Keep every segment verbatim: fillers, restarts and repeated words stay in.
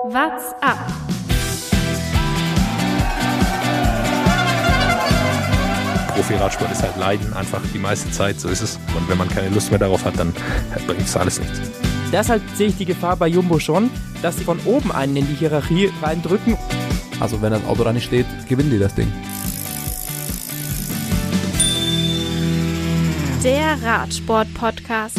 What's up? Profi-Radsport ist halt Leiden, einfach die meiste Zeit, so ist es. Und wenn man keine Lust mehr darauf hat, dann bringt es alles nichts. Deshalb sehe ich die Gefahr bei Jumbo schon, dass sie von oben einen in die Hierarchie reindrücken. Also wenn das Auto da nicht steht, gewinnen die das Ding. Der Radsport-Podcast.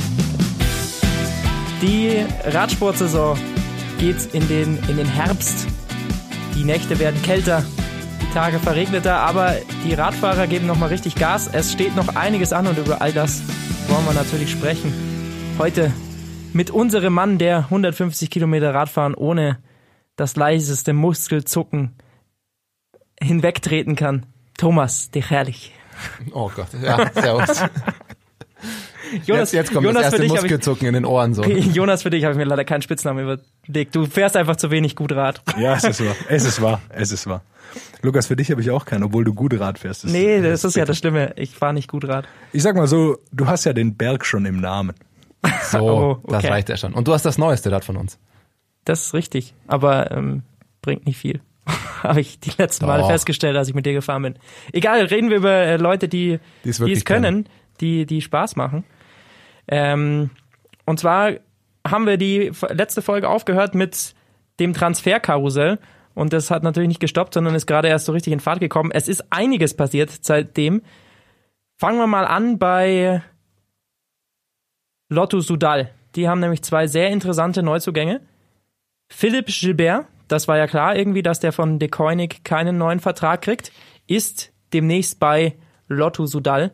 Die Radsportsaison geht in den, in den Herbst. Die Nächte werden kälter, die Tage verregneter, aber die Radfahrer geben nochmal richtig Gas. Es steht noch einiges an und über all das wollen wir natürlich sprechen. Heute mit unserem Mann, der hundertfünfzig Kilometer Radfahren ohne das leiseste Muskelzucken hinwegtreten kann. Thomas, dich herrlich. Oh Gott, ja, servus. Jonas, jetzt, jetzt kommt Jonas, das erste für dich Muskelzucken in den Ohren. So. Jonas, für dich habe ich mir leider keinen Spitznamen überlegt. Du fährst einfach zu wenig gut Rad. Ja, es ist wahr. Es ist wahr. Es ist wahr. Lukas, für dich habe ich auch keinen, obwohl du gut Rad fährst. Das nee, das, das ist ja das Schlimme. Ich fahre nicht gut Rad. Ich sag mal so, du hast ja den Berg schon im Namen. So, oh, okay. Das reicht ja schon. Und du hast das neueste Rad von uns. Das ist richtig, aber ähm, bringt nicht viel. Habe ich die letzten Male festgestellt, als ich mit dir gefahren bin. Egal, reden wir über äh, Leute, die, die es können, können, die, die Spaß machen. Ähm, und zwar haben wir die letzte Folge aufgehört mit dem Transferkarussell und das hat natürlich nicht gestoppt, sondern ist gerade erst so richtig in Fahrt gekommen. Es ist einiges passiert seitdem. Fangen wir mal an bei Lotto Soudal. Die haben nämlich zwei sehr interessante Neuzugänge. Philipp Gilbert, das war ja klar irgendwie, dass der von De Koenig keinen neuen Vertrag kriegt, ist demnächst bei Lotto Soudal.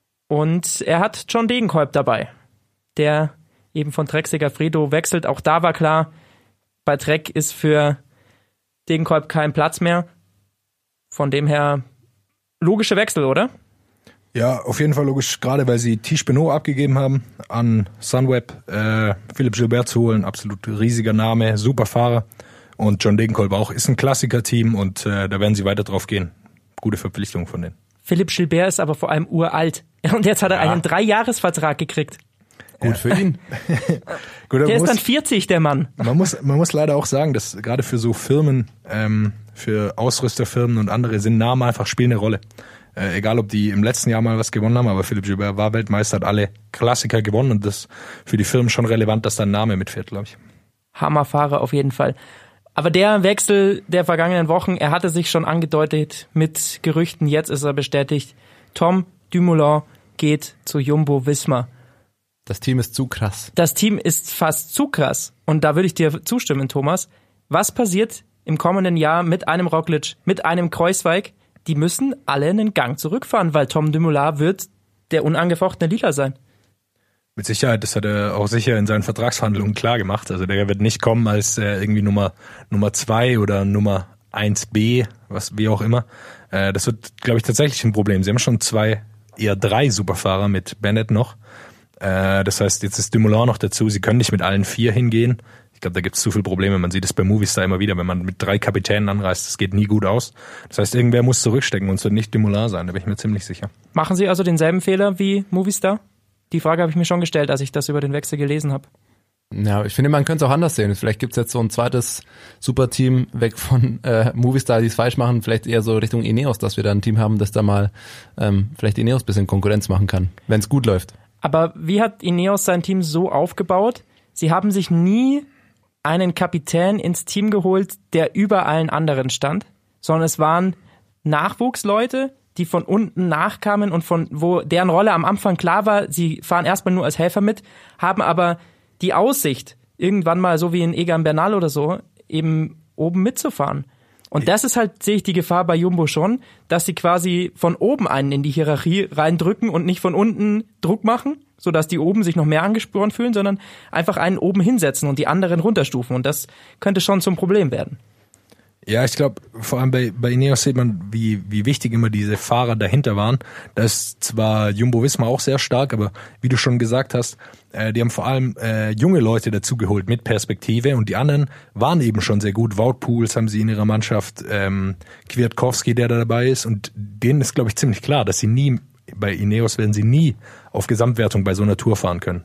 Und er hat John Degenkolb dabei, der eben von Trek Segafredo wechselt. Auch da war klar, bei Trek ist für Degenkolb kein Platz mehr. Von dem her logische Wechsel, oder? Ja, auf jeden Fall logisch, gerade weil sie Tish Benoit abgegeben haben an Sunweb, äh, Philipp Gilbert zu holen, absolut riesiger Name, super Fahrer. Und John Degenkolb auch, ist ein Klassiker-Team und äh, da werden sie weiter drauf gehen. Gute Verpflichtung von denen. Philipp Gilbert ist aber vor allem uralt. Und jetzt hat er ja einen Dreijahresvertrag gekriegt. Gut für ihn. Gut, der ist muss, dann vierzig, der Mann. Man muss, man muss leider auch sagen, dass gerade für so Firmen, ähm, für Ausrüsterfirmen und andere sind Namen einfach spielen eine Rolle. Äh, egal, ob die im letzten Jahr mal was gewonnen haben, aber Philipp Gilbert war Weltmeister, hat alle Klassiker gewonnen und das für die Firmen schon relevant, dass da ein Name mitfährt, glaube ich. Hammerfahrer auf jeden Fall. Aber der Wechsel der vergangenen Wochen, er hatte sich schon angedeutet mit Gerüchten, jetzt ist er bestätigt. Tom Dumoulin geht zu Jumbo-Visma. Das Team ist zu krass. Das Team ist fast zu krass. Und da würde ich dir zustimmen, Thomas. Was passiert im kommenden Jahr mit einem Roglic, mit einem Kruijswijk? Die müssen alle einen Gang zurückfahren, weil Tom Dumoulin wird der unangefochtene Lila sein. Mit Sicherheit, das hat er auch sicher in seinen Vertragsverhandlungen klar gemacht. Also der wird nicht kommen als äh, irgendwie Nummer Nummer zwei oder Nummer eins B, was wie auch immer. Äh, das wird, glaube ich, tatsächlich ein Problem. Sie haben schon zwei, eher drei Superfahrer mit Bennett noch. Äh, das heißt, jetzt ist Dumoulin noch dazu. Sie können nicht mit allen vier hingehen. Ich glaube, da gibt es zu viele Probleme. Man sieht es bei Movistar immer wieder, wenn man mit drei Kapitänen anreist. Das geht nie gut aus. Das heißt, irgendwer muss zurückstecken und es wird nicht Dumoulin sein. Da bin ich mir ziemlich sicher. Machen Sie also denselben Fehler wie Movistar? Die Frage habe ich mir schon gestellt, als ich das über den Wechsel gelesen habe. Ja, ich finde, man könnte es auch anders sehen. Vielleicht gibt es jetzt so ein zweites Superteam weg von äh, Movistar, die es falsch machen. Vielleicht eher so Richtung Ineos, dass wir da ein Team haben, das da mal ähm, vielleicht Ineos ein bisschen Konkurrenz machen kann, wenn es gut läuft. Aber wie hat Ineos sein Team so aufgebaut? Sie haben sich nie einen Kapitän ins Team geholt, der über allen anderen stand, sondern es waren Nachwuchsleute, die von unten nachkamen und von wo deren Rolle am Anfang klar war, sie fahren erstmal nur als Helfer mit, haben aber die Aussicht, irgendwann mal so wie in Egan Bernal oder so, eben oben mitzufahren. Und das ist halt, sehe ich die Gefahr bei Jumbo schon, dass sie quasi von oben einen in die Hierarchie reindrücken und nicht von unten Druck machen, sodass die oben sich noch mehr angespornt fühlen, sondern einfach einen oben hinsetzen und die anderen runterstufen. Und das könnte schon zum Problem werden. Ja, ich glaube, vor allem bei, bei Ineos sieht man, wie, wie wichtig immer diese Fahrer dahinter waren. Da ist zwar Jumbo-Visma auch sehr stark, aber wie du schon gesagt hast, äh, die haben vor allem äh, junge Leute dazugeholt mit Perspektive und die anderen waren eben schon sehr gut. Wout Poels haben sie in ihrer Mannschaft, ähm, Kwiatkowski, der da dabei ist und denen ist, glaube ich, ziemlich klar, dass sie nie, bei Ineos werden sie nie auf Gesamtwertung bei so einer Tour fahren können.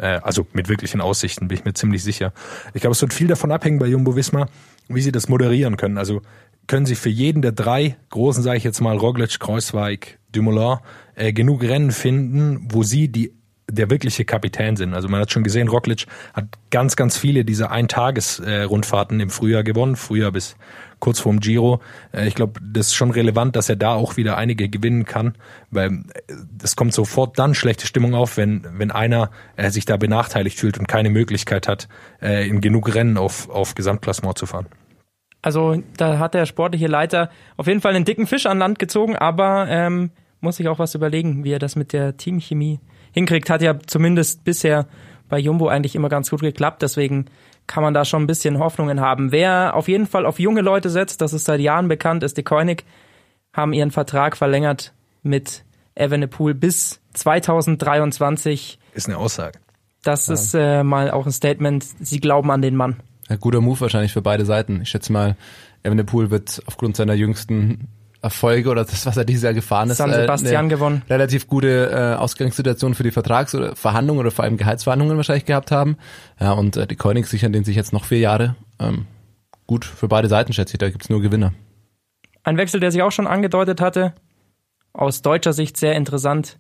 Äh, also mit wirklichen Aussichten, bin ich mir ziemlich sicher. Ich glaube, es wird viel davon abhängen bei Jumbo-Visma, wie sie das moderieren können. Also können sie für jeden der drei großen, sage ich jetzt mal, Roglic, Kruijswijk, Dumoulin, äh, genug Rennen finden, wo sie die der wirkliche Kapitän sind. Also man hat schon gesehen, Roglic hat ganz, ganz viele dieser Eintages-Rundfahrten im Frühjahr gewonnen, Frühjahr bis kurz vorm Giro. Ich glaube, das ist schon relevant, dass er da auch wieder einige gewinnen kann, weil es kommt sofort dann schlechte Stimmung auf, wenn wenn einer äh, sich da benachteiligt fühlt und keine Möglichkeit hat, äh, in genug Rennen auf, auf Gesamtklassement zu fahren. Also da hat der sportliche Leiter auf jeden Fall einen dicken Fisch an Land gezogen, aber ähm, muss sich auch was überlegen, wie er das mit der Teamchemie hinkriegt. Hat ja zumindest bisher bei Jumbo eigentlich immer ganz gut geklappt, deswegen kann man da schon ein bisschen Hoffnungen haben. Wer auf jeden Fall auf junge Leute setzt, das ist seit Jahren bekannt, ist De Koenig, haben ihren Vertrag verlängert mit Evenepoel bis zweitausenddreiundzwanzig. Ist eine Aussage. Das ja. ist äh, mal auch ein Statement, sie glauben an den Mann. Ein guter Move wahrscheinlich für beide Seiten. Ich schätze mal, Evenepoel wird aufgrund seiner jüngsten Erfolge oder das, was er dieses Jahr gefahren ist, San Sebastian äh, gewonnen. Relativ gute äh, Ausgangssituation für die Vertrags- oder Verhandlungen oder vor allem Gehaltsverhandlungen wahrscheinlich gehabt haben. Ja, und äh, die Koenig sichern den sich jetzt noch vier Jahre. Ähm, gut für beide Seiten, schätze ich, da gibt's nur Gewinner. Ein Wechsel, der sich auch schon angedeutet hatte, aus deutscher Sicht sehr interessant.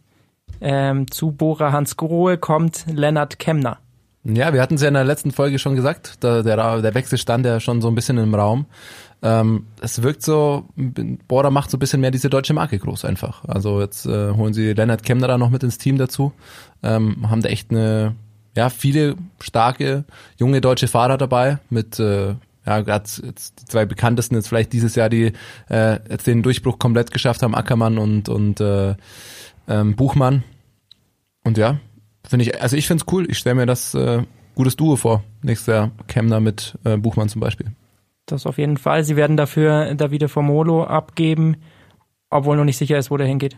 Ähm, zu Bora Hansgrohe kommt Lennart Kämna. Ja, wir hatten es ja in der letzten Folge schon gesagt, der, der, der Wechsel stand ja schon so ein bisschen im Raum. Ähm, es wirkt so, Bora macht so ein bisschen mehr diese deutsche Marke groß einfach. Also jetzt äh, holen sie Lennart Kämna da noch mit ins Team dazu, ähm, haben da echt eine, ja, viele starke junge deutsche Fahrer dabei mit, äh, ja, gerade jetzt die zwei bekanntesten jetzt vielleicht dieses Jahr, die äh, jetzt den Durchbruch komplett geschafft haben, Ackermann und und äh, ähm, Buchmann. Und ja, finde ich, also ich finde es cool. Ich stelle mir das äh, gutes Duo vor. Nächstes Jahr Kämna mit äh, Buchmann zum Beispiel. Das auf jeden Fall. Sie werden dafür Davide Formolo abgeben, obwohl noch nicht sicher ist, wo der hingeht.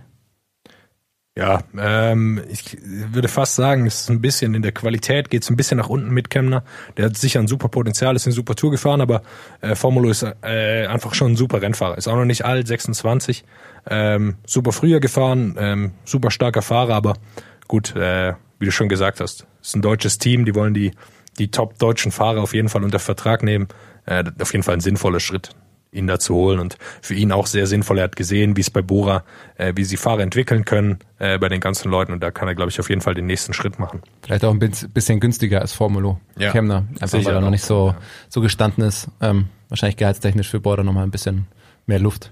Ja, ähm, ich würde fast sagen, es ist ein bisschen in der Qualität, geht es ein bisschen nach unten mit Kämna. Der hat sicher ein super Potenzial, ist eine super Tour gefahren, aber äh, Formolo ist äh, einfach schon ein super Rennfahrer. Ist auch noch nicht alt, sechsundzwanzig. Ähm, super früher gefahren, ähm, super starker Fahrer, aber gut, äh, wie du schon gesagt hast, ist ein deutsches Team, die wollen die, die top deutschen Fahrer auf jeden Fall unter Vertrag nehmen. Äh, auf jeden Fall ein sinnvoller Schritt, ihn da zu holen und für ihn auch sehr sinnvoll. Er hat gesehen, wie es bei Bora, äh, wie sie Fahrer entwickeln können äh, bei den ganzen Leuten und da kann er, glaube ich, auf jeden Fall den nächsten Schritt machen. Vielleicht auch ein bisschen günstiger als Formolo. Ja, Kämna, einfach weil er noch nicht so, ja. so gestanden ist. Ähm, wahrscheinlich gehaltstechnisch für Bora nochmal ein bisschen mehr Luft.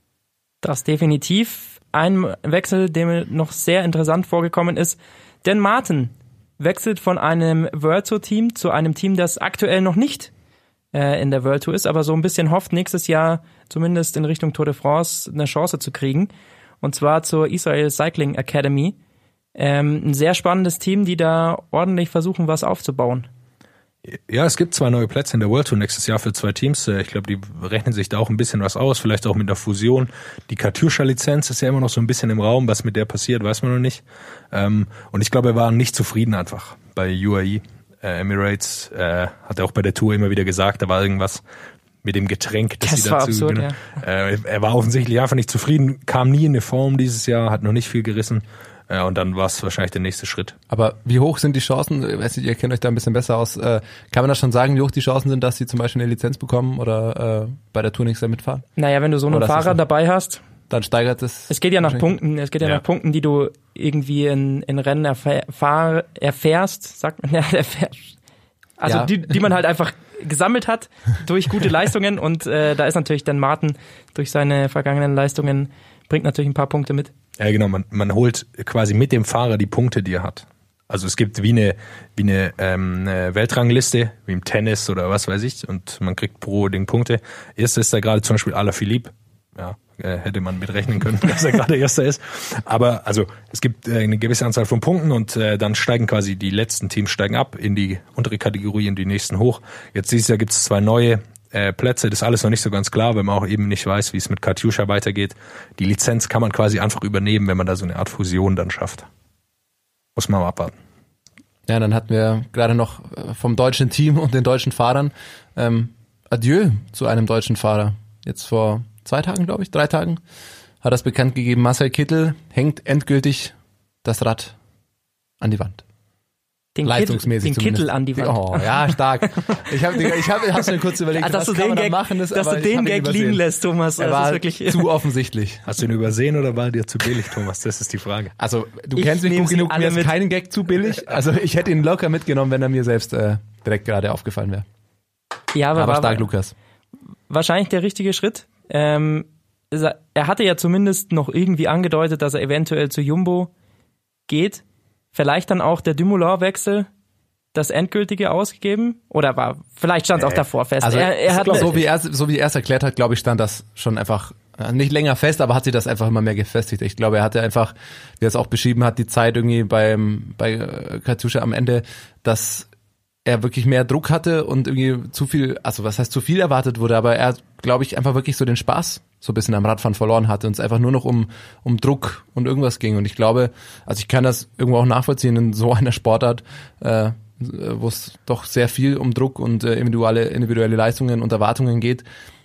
Das definitiv. Ein Wechsel, der mir noch sehr interessant vorgekommen ist, Dan Martin wechselt von einem World Tour Team zu einem Team, das aktuell noch nicht in der World Tour ist, aber so ein bisschen hofft, nächstes Jahr zumindest in Richtung Tour de France eine Chance zu kriegen. Und zwar zur Israel Cycling Academy. Ähm, ein sehr spannendes Team, die da ordentlich versuchen, was aufzubauen. Ja, es gibt zwei neue Plätze in der World Tour nächstes Jahr für zwei Teams. Ich glaube, die rechnen sich da auch ein bisschen was aus, vielleicht auch mit der Fusion. Die Katusha-Lizenz ist ja immer noch so ein bisschen im Raum. Was mit der passiert, weiß man noch nicht. Und ich glaube, er war nicht zufrieden einfach bei U A E. Emirates, äh, hat er auch bei der Tour immer wieder gesagt, da war irgendwas mit dem Getränk, das, das sie dazu absurd, genau. ja. äh, er war offensichtlich einfach nicht zufrieden, kam nie in eine Form dieses Jahr, hat noch nicht viel gerissen äh, und dann war es wahrscheinlich der nächste Schritt. Aber wie hoch sind die Chancen, ich weiß nicht, ihr kennt euch da ein bisschen besser aus, äh, kann man das schon sagen, wie hoch die Chancen sind, dass sie zum Beispiel eine Lizenz bekommen oder äh, bei der Tour nächstes Jahr mitfahren? Naja, wenn du so einen oder Fahrer dabei hast, dann steigert es. Es geht ja nach Punkten, es geht ja, ja nach Punkten, die du irgendwie in, in Rennen erfahr, erfährst, sagt man ja, erfährst. Also ja. die, die man halt einfach gesammelt hat durch gute Leistungen und äh, da ist natürlich dann Martin durch seine vergangenen Leistungen, bringt natürlich ein paar Punkte mit. Ja genau, man, man holt quasi mit dem Fahrer die Punkte, die er hat. Also es gibt wie eine, wie eine, ähm, eine Weltrangliste, wie im Tennis oder was weiß ich und man kriegt pro Ding Punkte. Erster ist da gerade zum Beispiel Alaphilippe. Ja, äh, hätte man mit rechnen können, dass er gerade Erster ist. Aber also es gibt äh, eine gewisse Anzahl von Punkten und äh, dann steigen quasi die letzten Teams steigen ab in die untere Kategorie, in die nächsten hoch. Jetzt dieses Jahr gibt es zwei neue äh, Plätze. Das ist alles noch nicht so ganz klar, weil man auch eben nicht weiß, wie es mit Katusha weitergeht. Die Lizenz kann man quasi einfach übernehmen, wenn man da so eine Art Fusion dann schafft. Muss man mal abwarten. Ja, dann hatten wir gerade noch vom deutschen Team und den deutschen Fahrern ähm, Adieu zu einem deutschen Fahrer. Jetzt vor zwei Tagen, glaube ich, drei Tagen, hat das bekannt gegeben, Marcel Kittel hängt endgültig das Rad an die Wand. den leistungsmäßig Kittel, den Kittel an die Wand. Oh, ja, stark. Ich habe ich hab, hab's mir kurz überlegt, dass was du kann den man da Gag, machen, das, dass aber du den Gag liegen lässt, Thomas. Er das war ist wirklich zu offensichtlich. Hast du ihn übersehen oder war dir zu billig, Thomas? Das ist die Frage. Also du Ich kennst mich nehm gut sie genug, alle mir ist mit. kein Gag zu billig. Also ich hätte ihn locker mitgenommen, wenn er mir selbst äh, direkt gerade aufgefallen wäre. Ja, aber, Aber war stark, Lukas. wahrscheinlich der richtige Schritt. Ähm, er hatte ja zumindest noch irgendwie angedeutet, dass er eventuell zu Jumbo geht. Vielleicht dann auch der Dumoulin-Wechsel das endgültige ausgegeben? Oder war, vielleicht stand es auch davor fest. Also er, er hat glaub, so, wie er, so wie er es erklärt hat, glaube ich, stand das schon einfach nicht länger fest, aber hat sich das einfach immer mehr gefestigt. Ich glaube, er hatte einfach, wie er es auch beschrieben hat, die Zeit irgendwie beim bei Katusha am Ende, dass er wirklich mehr Druck hatte und irgendwie zu viel, also was heißt zu viel erwartet wurde, aber er, glaube ich, einfach wirklich so den Spaß so ein bisschen am Radfahren verloren hatte und es einfach nur noch um um Druck und irgendwas ging. Und ich glaube, also ich kann das irgendwo auch nachvollziehen in so einer Sportart, äh, wo es doch sehr viel um Druck und äh, individuelle individuelle Leistungen und Erwartungen geht,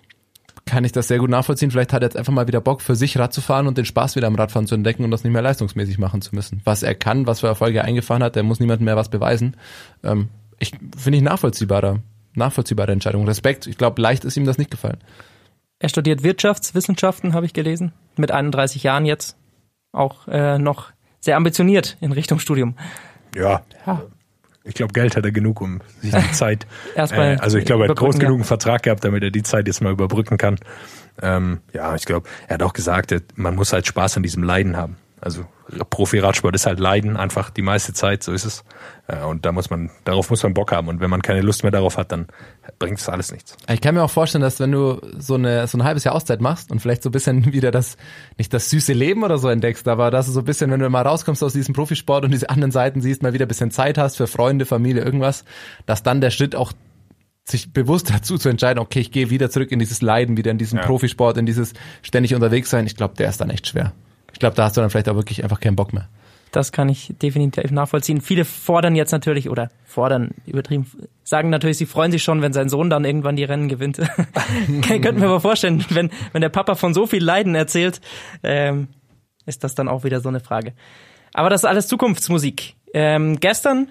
kann ich das sehr gut nachvollziehen. Vielleicht hat er jetzt einfach mal wieder Bock, für sich Rad zu fahren und den Spaß wieder am Radfahren zu entdecken und das nicht mehr leistungsmäßig machen zu müssen. Was er kann, was für Erfolge er eingefahren hat, der muss niemandem mehr was beweisen. Ähm, ich finde ich nachvollziehbarer, nachvollziehbare Entscheidung. Respekt. Ich glaube, leicht ist ihm das nicht gefallen. Er studiert Wirtschaftswissenschaften, habe ich gelesen. Mit einunddreißig Jahren jetzt. Auch äh, noch sehr ambitioniert in Richtung Studium. Ja. ja. Ich glaube, Geld hat er genug, um sich die Zeit. Erstmal äh, also ich glaube, er hat groß ja. genug einen Vertrag gehabt, damit er die Zeit jetzt mal überbrücken kann. Ähm, ja, ich glaube, er hat auch gesagt, man muss halt Spaß an diesem Leiden haben. Also Profi-Radsport ist halt Leiden, einfach die meiste Zeit, so ist es. Und da muss man, darauf muss man Bock haben. Und wenn man keine Lust mehr darauf hat, dann bringt es alles nichts. Ich kann mir auch vorstellen, dass wenn du so eine so ein halbes Jahr Auszeit machst und vielleicht so ein bisschen wieder das, nicht das süße Leben oder so entdeckst, aber dass du so ein bisschen, wenn du mal rauskommst aus diesem Profisport und diese anderen Seiten siehst, mal wieder ein bisschen Zeit hast für Freunde, Familie, irgendwas, dass dann der Schritt auch sich bewusst dazu zu entscheiden, okay, ich gehe wieder zurück in dieses Leiden, wieder in diesen ja. Profisport, in dieses ständig unterwegs sein. Ich glaube, der ist dann echt schwer. Ich glaube, da hast du dann vielleicht auch wirklich einfach keinen Bock mehr. Das kann ich definitiv nachvollziehen. Viele fordern jetzt natürlich, oder fordern, übertrieben, sagen natürlich, sie freuen sich schon, wenn sein Sohn dann irgendwann die Rennen gewinnt. Könnten wir aber vorstellen, wenn, wenn der Papa von so viel Leiden erzählt, ähm, ist das dann auch wieder so eine Frage. Aber das ist alles Zukunftsmusik. Ähm, gestern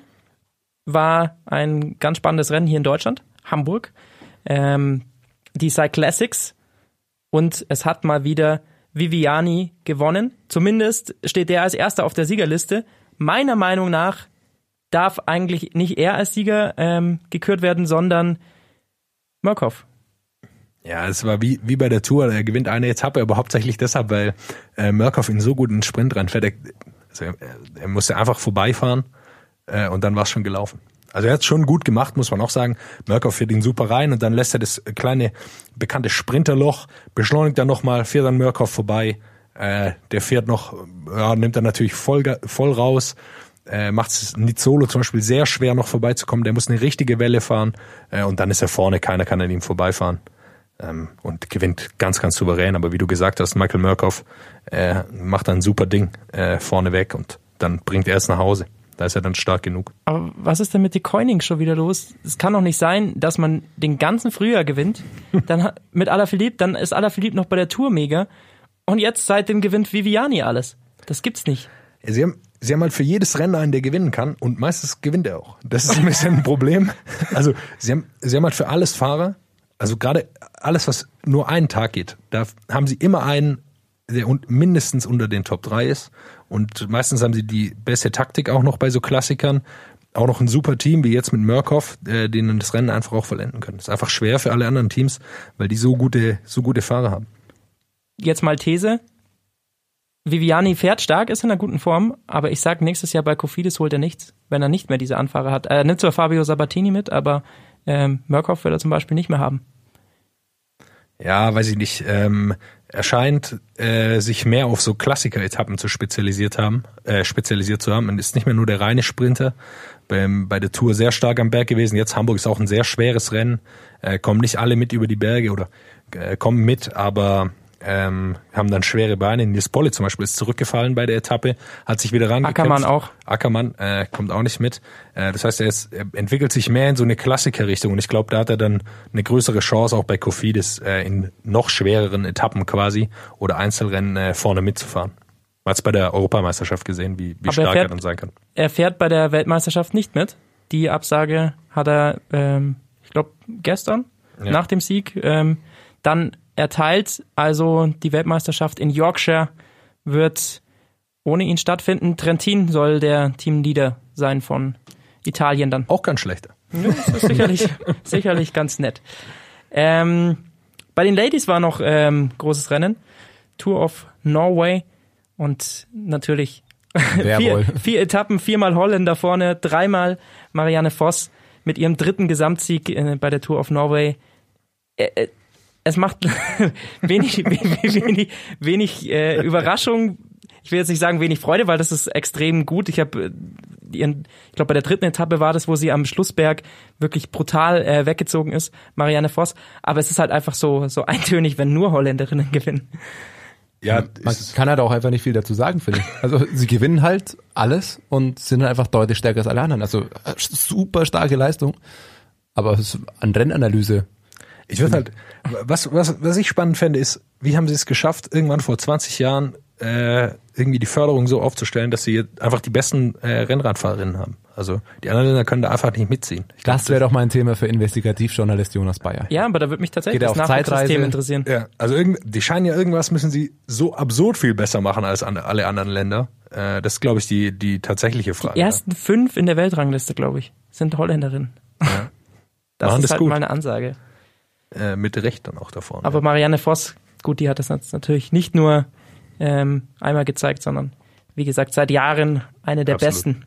war ein ganz spannendes Rennen hier in Deutschland, Hamburg, ähm, die Cyclassics, und es hat mal wieder Viviani gewonnen. Zumindest steht der als Erster auf der Siegerliste. Meiner Meinung nach darf eigentlich nicht er als Sieger ähm, gekürt werden, sondern Mørkøv. Ja, es war wie wie bei der Tour. Er gewinnt eine Etappe, aber hauptsächlich deshalb, weil äh, Mørkøv in so guten Sprint reinfährt. Er, also er, er musste einfach vorbeifahren äh, und dann war es schon gelaufen. Also er hat es schon gut gemacht, muss man auch sagen. Mørkøv fährt ihn super rein und dann lässt er das kleine, bekannte Sprinterloch, beschleunigt dann nochmal, fährt dann Mørkøv vorbei. Äh, der fährt noch, ja, nimmt dann natürlich voll, voll raus, äh, macht es Nizzolo zum Beispiel sehr schwer noch vorbeizukommen. Der muss eine richtige Welle fahren äh, und dann ist er vorne, keiner kann an ihm vorbeifahren. Ähm, und gewinnt ganz, ganz souverän. Aber wie du gesagt hast, Michael Mørkøv äh, macht dann ein super Ding äh, vorne weg und dann bringt er es nach Hause. Da ist er dann stark genug. Aber was ist denn mit De Koning schon wieder los? Es kann doch nicht sein, dass man den ganzen Frühjahr gewinnt, dann mit Alaphilippe, dann ist Alaphilippe noch bei der Tour mega und jetzt seitdem gewinnt Viviani alles. Das gibt's nicht. Ja, sie haben, sie haben halt für jedes Rennen einen, der gewinnen kann und meistens gewinnt er auch. Das ist ein bisschen ein Problem. Also sie haben, sie haben halt für alles Fahrer, also gerade alles, was nur einen Tag geht, da haben sie immer einen, der mindestens unter den Top drei ist. Und meistens haben sie die beste Taktik auch noch bei so Klassikern. Auch noch ein super Team, wie jetzt mit Mørkøv, äh, denen das Rennen einfach auch vollenden können. Das ist einfach schwer für alle anderen Teams, weil die so gute, so gute Fahrer haben. Jetzt mal These. Viviani fährt stark, ist in einer guten Form, aber ich sag, nächstes Jahr bei Cofidis holt er nichts, wenn er nicht mehr diese Anfahrer hat. Er nimmt zwar Fabio Sabatini mit, aber ähm, Mørkøv wird er zum Beispiel nicht mehr haben. Ja, weiß ich nicht. Ähm, er scheint äh, sich mehr auf so Klassiker-Etappen zu spezialisiert haben, äh, spezialisiert zu haben. Und ist nicht mehr nur der reine Sprinter. Beim, bei der Tour sehr stark am Berg gewesen. Jetzt Hamburg ist auch ein sehr schweres Rennen. Äh, kommen nicht alle mit über die Berge oder äh, kommen mit, aber ähm, haben dann schwere Beine. Nils Pollitt zum Beispiel ist zurückgefallen bei der Etappe, hat sich wieder rangekämpft. Ackermann auch. Ackermann äh, kommt auch nicht mit. Äh, das heißt, er, ist, er entwickelt sich mehr in so eine Klassikerrichtung und ich glaube, da hat er dann eine größere Chance auch bei Cofidis äh, in noch schwereren Etappen quasi oder Einzelrennen äh, vorne mitzufahren. Man hat es bei der Europameisterschaft gesehen, wie, wie Aber stark er, fährt, er dann sein kann. Er fährt bei der Weltmeisterschaft nicht mit. Die Absage hat er, ähm, ich glaube, gestern ja. nach dem Sieg ähm, dann erteilt. Also die Weltmeisterschaft in Yorkshire wird ohne ihn stattfinden. Trentin soll der Teamleader sein von Italien dann. Auch ganz schlechter. Ja, das ist sicherlich, sicherlich ganz nett. Ähm, bei den Ladies war noch ähm, großes Rennen. Tour of Norway und natürlich vier, vier Etappen, viermal Holländer vorne, dreimal Marianne Vos mit ihrem dritten Gesamtsieg äh, bei der Tour of Norway. Äh, es macht wenig, wenig, wenig äh, Überraschung. Ich will jetzt nicht sagen wenig Freude, weil das ist extrem gut. Ich habe ihren, ich glaube bei der dritten Etappe war das, wo sie am Schlussberg wirklich brutal äh, weggezogen ist, Marianne Vos. Aber es ist halt einfach so so eintönig, wenn nur Holländerinnen gewinnen. Ja, man kann halt auch einfach nicht viel dazu sagen, finde ich. Also sie gewinnen halt alles und sind einfach deutlich stärker als alle anderen. Also super starke Leistung, aber es ist an Rennanalyse. Ich würde halt, was, was, was ich spannend fände, ist, wie haben sie es geschafft, irgendwann vor zwanzig Jahren äh, irgendwie die Förderung so aufzustellen, dass sie einfach die besten äh, Rennradfahrerinnen haben. Also die anderen Länder können da einfach nicht mitziehen. Ich das wäre doch mal ein Thema für Investigativjournalist Jonas Bayer. Ja, aber da würde mich tatsächlich das Nachwuchssystem interessieren. Ja, also irgend, die scheinen ja irgendwas, müssen sie so absurd viel besser machen als an, alle anderen Länder. Äh, das ist, glaube ich, die, die tatsächliche Frage. Die ersten ja. fünf in der Weltrangliste, glaube ich, sind Holländerinnen. Ja. Das machen ist das halt gut. Mal eine Ansage. Äh, mit Recht dann auch davor. Aber ja. Marianne Vos, gut, die hat das natürlich nicht nur ähm, einmal gezeigt, sondern wie gesagt, seit Jahren eine der Absolut. besten.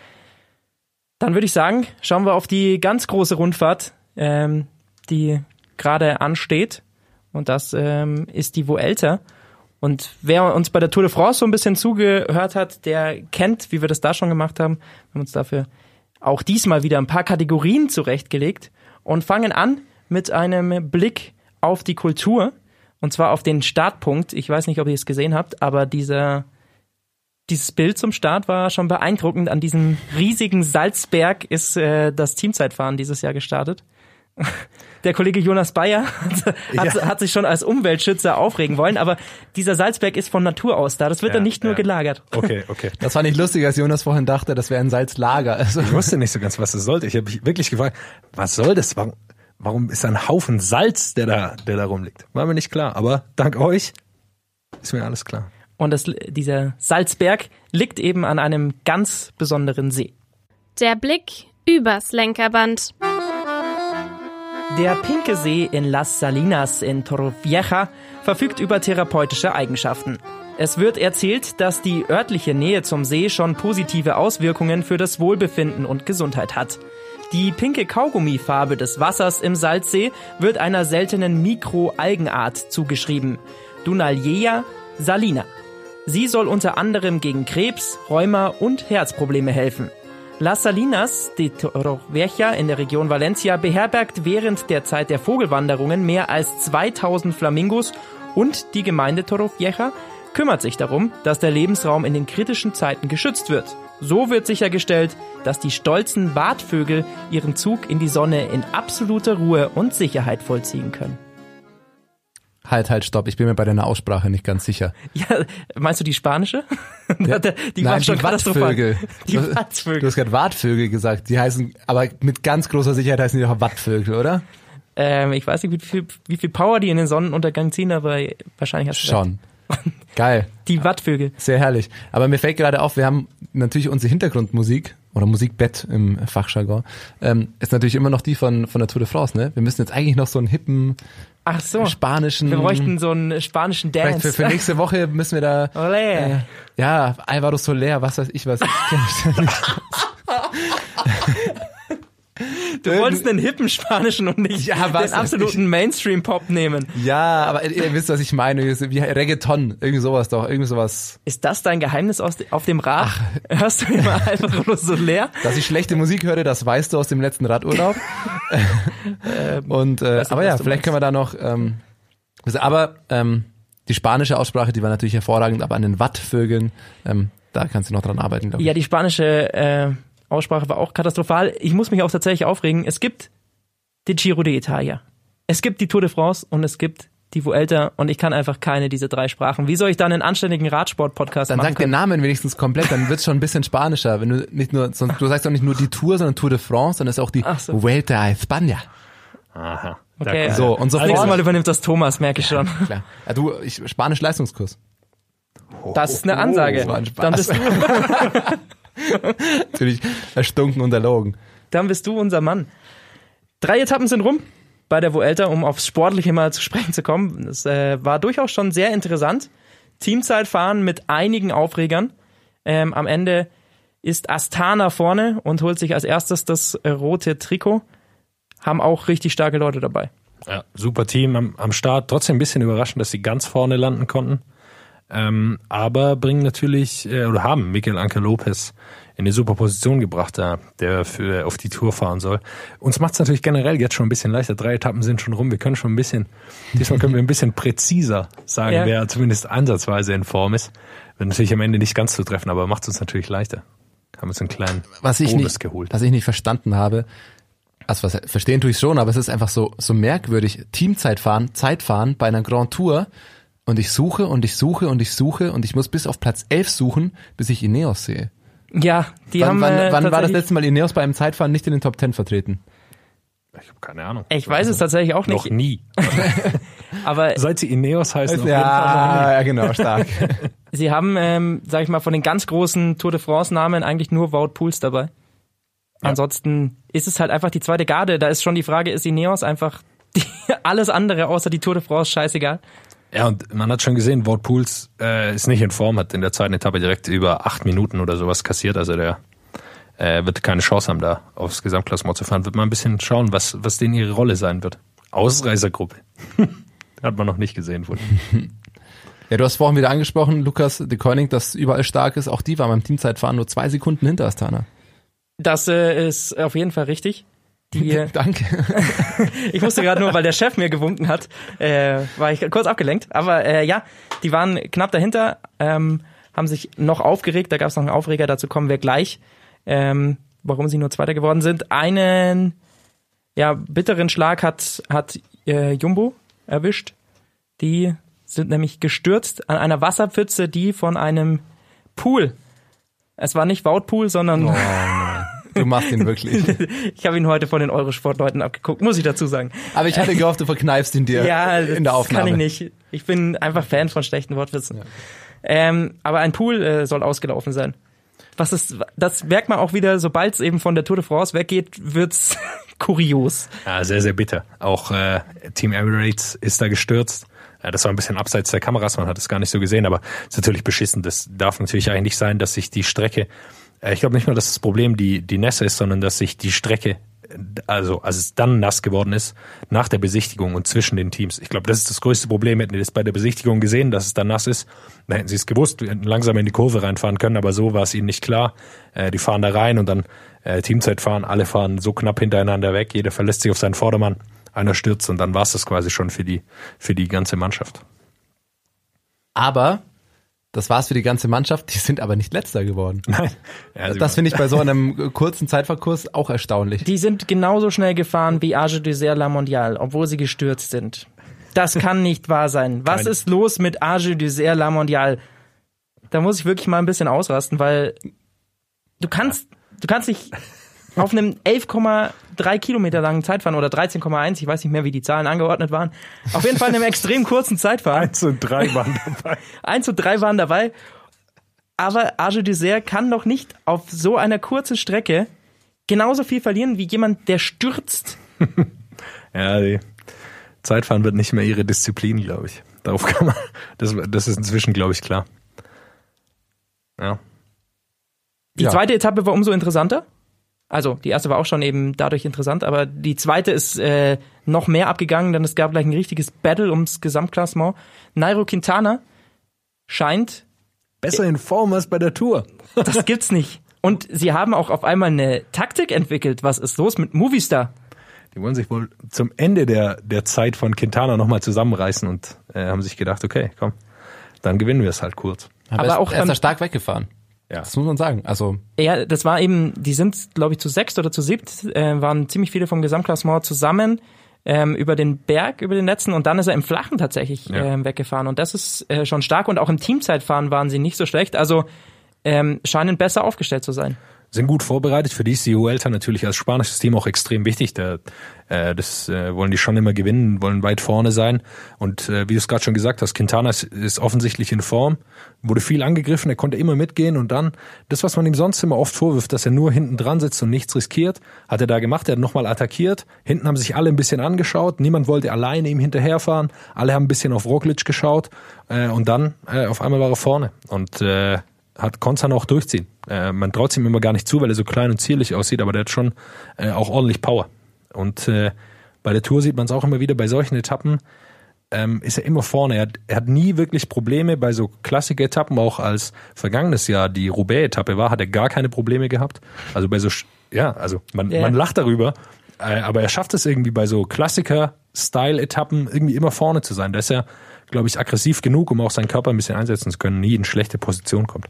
Dann würde ich sagen, schauen wir auf die ganz große Rundfahrt, ähm, die gerade ansteht. Und das ähm, ist die Vuelta. Und wer uns bei der Tour de France so ein bisschen zugehört hat, der kennt, wie wir das da schon gemacht haben. Wir haben uns dafür auch diesmal wieder ein paar Kategorien zurechtgelegt und fangen an mit einem Blick auf die Kultur. Und zwar auf den Startpunkt. Ich weiß nicht, ob ihr es gesehen habt, aber dieser... Dieses Bild zum Start war schon beeindruckend. An diesem riesigen Salzberg ist äh, das Teamzeitfahren dieses Jahr gestartet. Der Kollege Jonas Bayer hat, ja. hat, hat sich schon als Umweltschützer aufregen wollen, aber dieser Salzberg ist von Natur aus da. Das wird ja, dann nicht nur ja. gelagert. Okay, okay. Das fand ich lustig, als Jonas vorhin dachte, das wäre ein Salzlager. Also ich wusste nicht so ganz, was das sollte. Ich habe mich wirklich gefragt, was soll das? Warum, warum ist da ein Haufen Salz, der da, der da rumliegt? War mir nicht klar, aber dank euch ist mir alles klar. Und das, dieser Salzberg liegt eben an einem ganz besonderen See. Der Blick übers Lenkerband. Der Pinke See in Las Salinas in Torrevieja verfügt über therapeutische Eigenschaften. Es wird erzählt, dass die örtliche Nähe zum See schon positive Auswirkungen für das Wohlbefinden und Gesundheit hat. Die pinke Kaugummifarbe des Wassers im Salzsee wird einer seltenen Mikroalgenart zugeschrieben. Dunaliella salina. Sie soll unter anderem gegen Krebs, Rheuma und Herzprobleme helfen. Las Salinas de Torrevieja in der Region Valencia beherbergt während der Zeit der Vogelwanderungen mehr als zweitausend Flamingos und die Gemeinde Torrevieja kümmert sich darum, dass der Lebensraum in den kritischen Zeiten geschützt wird. So wird sichergestellt, dass die stolzen Watvögel ihren Zug in die Sonne in absoluter Ruhe und Sicherheit vollziehen können. Halt, halt, stopp. Ich bin mir bei deiner Aussprache nicht ganz sicher. Ja, meinst du die spanische? Ja, die nein, war schon die Wattvögel. Die du, Wattvögel. Du hast gerade Wattvögel gesagt. Die heißen, aber mit ganz großer Sicherheit heißen die doch Wattvögel, oder? Ähm, ich weiß nicht, wie viel, wie viel Power die in den Sonnenuntergang ziehen, aber wahrscheinlich hast du schon. Geil. Die Wattvögel. Sehr herrlich. Aber mir fällt gerade auf, wir haben natürlich unsere Hintergrundmusik oder Musikbett im Fachjargon, ähm, ist natürlich immer noch die von, von der Tour de France, ne? Wir müssen jetzt eigentlich noch so einen hippen, Ach so. spanischen... Wir bräuchten so einen spanischen Dance. Vielleicht für, für nächste Woche müssen wir da... Olé. Äh, ja, Alvaro Soler, was weiß ich was. Du wolltest einen hippen spanischen und nicht ja, was, den absoluten Mainstream-Pop nehmen. Ja, aber ihr wisst, was ich meine. Wie Reggaeton, irgendwie sowas doch, irgendwie sowas. Ist das dein Geheimnis aus, auf dem Rad? Ach. Hörst du immer einfach nur so leer? Dass ich schlechte Musik höre, das weißt du aus dem letzten Radurlaub. und äh, aber ja, vielleicht meinst. können wir da noch... Ähm, aber ähm, die spanische Aussprache, die war natürlich hervorragend, aber an den Wattvögeln, ähm, da kannst du noch dran arbeiten, glaube ich. Ja, die spanische... Äh, Aussprache war auch katastrophal. Ich muss mich auch tatsächlich aufregen. Es gibt die Giro d'Italia. Es gibt die Tour de France und es gibt die Vuelta und ich kann einfach keine dieser drei Sprachen. Wie soll ich dann einen anständigen Radsport-Podcast Dann machen? sag den Namen wenigstens komplett, dann wird's schon ein bisschen spanischer. Wenn du nicht nur, sonst, du sagst auch nicht nur die Tour, sondern Tour de France, sondern ist auch die Ach so. Vuelta a España. Aha. Okay, Da- So, und so Nächstes fort. Mal übernimmt das Thomas, merke ich schon. Klar. Ja, du, ich, Spanisch-Leistungskurs. Das ist eine Ansage. Das war ein Spaß. Dann bist du, Natürlich erstunken und erlogen. dann bist du unser Mann. Drei Etappen sind rum bei der Vuelta, um aufs Sportliche mal zu sprechen zu kommen. Das äh, war durchaus schon sehr interessant. Teamzeitfahren mit einigen Aufregern. Ähm, am Ende ist Astana vorne und holt sich als erstes das äh, rote Trikot. Haben auch richtig starke Leute dabei. Ja, super Team am, am Start. Trotzdem ein bisschen überraschend, dass sie ganz vorne landen konnten. Ähm, aber bringen natürlich, äh, oder haben Miguel Ángel López in eine super Position gebracht, da, der für auf die Tour fahren soll. Uns macht es natürlich generell jetzt schon ein bisschen leichter. Drei Etappen sind schon rum. Wir können schon ein bisschen, diesmal können wir ein bisschen präziser sagen, Ja. wer zumindest ansatzweise in Form ist. Wird natürlich am Ende nicht ganz zu treffen, aber macht es uns natürlich leichter. Haben uns einen kleinen Was ich Bonus nicht, geholt. was ich nicht verstanden habe, also was, verstehen tue ich schon, aber es ist einfach so, so merkwürdig. Teamzeitfahren, Zeitfahren bei einer Grand Tour und ich suche und ich suche und ich suche und ich muss bis auf Platz elf suchen, bis ich Ineos sehe. Ja, die wann haben wann, äh, wann war das tatsächlich- letzte Mal Ineos bei einem Zeitfahren nicht in den Top Ten vertreten? Ich habe keine Ahnung. Ich weiß es tatsächlich auch Noch nicht, nie. aber Seit sie Ineos heißen, auf jeden Fall noch nie. Ja, ja, genau, stark. sie haben, ähm, sag ich mal, von den ganz großen Tour de France-Namen eigentlich nur Wout Poels dabei. Ja. Ansonsten ist es halt einfach die zweite Garde. Da ist schon die Frage, ist Ineos einfach die, alles andere außer die Tour de France scheißegal? Ja, und man hat schon gesehen, Wout Poels äh, ist nicht in Form, hat in der zweiten Etappe direkt über acht Minuten oder sowas kassiert. Also der äh, wird keine Chance haben, da aufs Gesamtklassement zu fahren. Wird mal ein bisschen schauen, was, was denen ihre Rolle sein wird. Ausreißergruppe. Hat man noch nicht gesehen wohl. Ja, du hast vorhin wieder angesprochen, Lukas de Koning, das überall stark ist. Auch die war beim Teamzeitfahren nur zwei Sekunden hinter Astana. Das äh, ist auf jeden Fall richtig. Die, äh, Danke. ich musste gerade nur, weil der Chef mir gewunken hat, äh, war ich kurz abgelenkt. Aber äh, ja, die waren knapp dahinter, ähm, haben sich noch aufgeregt. Da gab es noch einen Aufreger, dazu kommen wir gleich, ähm, warum sie nur Zweiter geworden sind. Einen ja, bitteren Schlag hat, hat äh, Jumbo erwischt. Die sind nämlich gestürzt an einer Wasserpfütze, die von einem Pool. Es war nicht Wout Poel, sondern Oh, nein. Du machst ihn wirklich. ich habe ihn heute von den Eurosport-Leuten abgeguckt, muss ich dazu sagen. Aber ich hatte gehofft, du verkneifst ihn dir Ja, in der das Aufnahme. kann ich nicht. Ich bin einfach Fan von schlechten Wortwitzen. Ja. Ähm, aber ein Pool äh, soll ausgelaufen sein. Was ist, das merkt man auch wieder, sobald es eben von der Tour de France weggeht, wird's kurios. Ja, sehr, sehr bitter. Auch äh, Team Emirates ist da gestürzt. Ja, das war ein bisschen abseits der Kameras, man hat es gar nicht so gesehen, aber ist natürlich beschissen. Das darf natürlich eigentlich nicht sein, dass sich die Strecke, äh, ich glaube nicht nur, dass das Problem die, die Nässe ist, sondern dass sich die Strecke, also als es dann nass geworden ist, nach der Besichtigung und zwischen den Teams. Ich glaube, das ist das größte Problem. Hätten die das bei der Besichtigung gesehen, dass es dann nass ist, dann hätten sie es gewusst, wir hätten langsam in die Kurve reinfahren können, aber so war es ihnen nicht klar. Äh, die fahren da rein und dann äh, Teamzeit fahren, alle fahren so knapp hintereinander weg, jeder verlässt sich auf seinen Vordermann, einer stürzt und dann war es das quasi schon für die, für die ganze Mannschaft. Aber das war's für die ganze Mannschaft, die sind aber nicht Letzter geworden. Nein. Ja, Das finde ich bei so einem kurzen Zeitverkurs auch erstaunlich. Die sind genauso schnell gefahren wie Age Désert La Mondiale, obwohl sie gestürzt sind. Das kann nicht wahr sein. Was Kein- ist los mit Age Désert La Mondiale? Da muss ich wirklich mal ein bisschen ausrasten, weil du kannst, du kannst nicht auf einem elf Komma drei Kilometer langen Zeitfahren oder dreizehn Komma eins, ich weiß nicht mehr, wie die Zahlen angeordnet waren, auf jeden Fall in einem extrem kurzen Zeitfahren. eins und drei waren dabei. Eins und drei waren dabei. Aber Age Désert kann doch nicht auf so einer kurzen Strecke genauso viel verlieren wie jemand, der stürzt. Ja, die Zeitfahren wird nicht mehr ihre Disziplin, glaube ich. Darauf kann man, das, das ist inzwischen, glaube ich, klar. Ja. Die Ja. zweite Etappe war umso interessanter. Also, die erste war auch schon eben dadurch interessant, aber die zweite ist äh, noch mehr abgegangen, denn es gab gleich ein richtiges Battle ums Gesamtklassement. Nairo Quintana scheint, Besser in Form als bei der Tour. das gibt's nicht. Und sie haben auch auf einmal eine Taktik entwickelt. Was ist los mit Movistar? Die wollen sich wohl zum Ende der, der Zeit von Quintana nochmal zusammenreißen und äh, haben sich gedacht, okay, komm, dann gewinnen wir es halt kurz. Aber, Aber er, auch, er ist da ähm, stark weggefahren. Ja. Das muss man sagen. Also Ja, das war eben, die sind, glaube ich, zu sechst oder zu siebt, äh, waren ziemlich viele vom Gesamtklassement zusammen. ähm, über den Berg, über den letzten und dann ist er im Flachen tatsächlich Ja. ähm, weggefahren und das ist äh, schon stark und auch im Teamzeitfahren waren sie nicht so schlecht, also ähm, scheinen besser aufgestellt zu sein. Sind gut vorbereitet. Für die ist die Vuelta natürlich als spanisches Team auch extrem wichtig. Da, äh, das äh, wollen die schon immer gewinnen, wollen weit vorne sein. Und äh, wie du es gerade schon gesagt hast, Quintana ist, ist offensichtlich in Form, wurde viel angegriffen, er konnte immer mitgehen und dann, das, was man ihm sonst immer oft vorwirft, dass er nur hinten dran sitzt und nichts riskiert, hat er da gemacht, er hat nochmal attackiert. Hinten haben sich alle ein bisschen angeschaut, niemand wollte alleine ihm hinterherfahren, alle haben ein bisschen auf Roglic geschaut äh, und dann äh, auf einmal war er vorne und äh, hat konnte dann auch durchziehen. Äh, man traut es ihm immer gar nicht zu, weil er so klein und zierlich aussieht, aber der hat schon äh, auch ordentlich Power. Und äh, bei der Tour sieht man es auch immer wieder, bei solchen Etappen ähm, ist er immer vorne. Er hat, er hat nie wirklich Probleme bei so Klassiker-Etappen, auch als vergangenes Jahr die Roubaix-Etappe war, hat er gar keine Probleme gehabt. Also bei so, ja, also man, yeah. man lacht darüber, äh, aber er schafft es irgendwie bei so Klassiker-Style-Etappen irgendwie immer vorne zu sein. Da ist er, glaube ich, aggressiv genug, um auch seinen Körper ein bisschen einsetzen zu können, nie in schlechte Position kommt.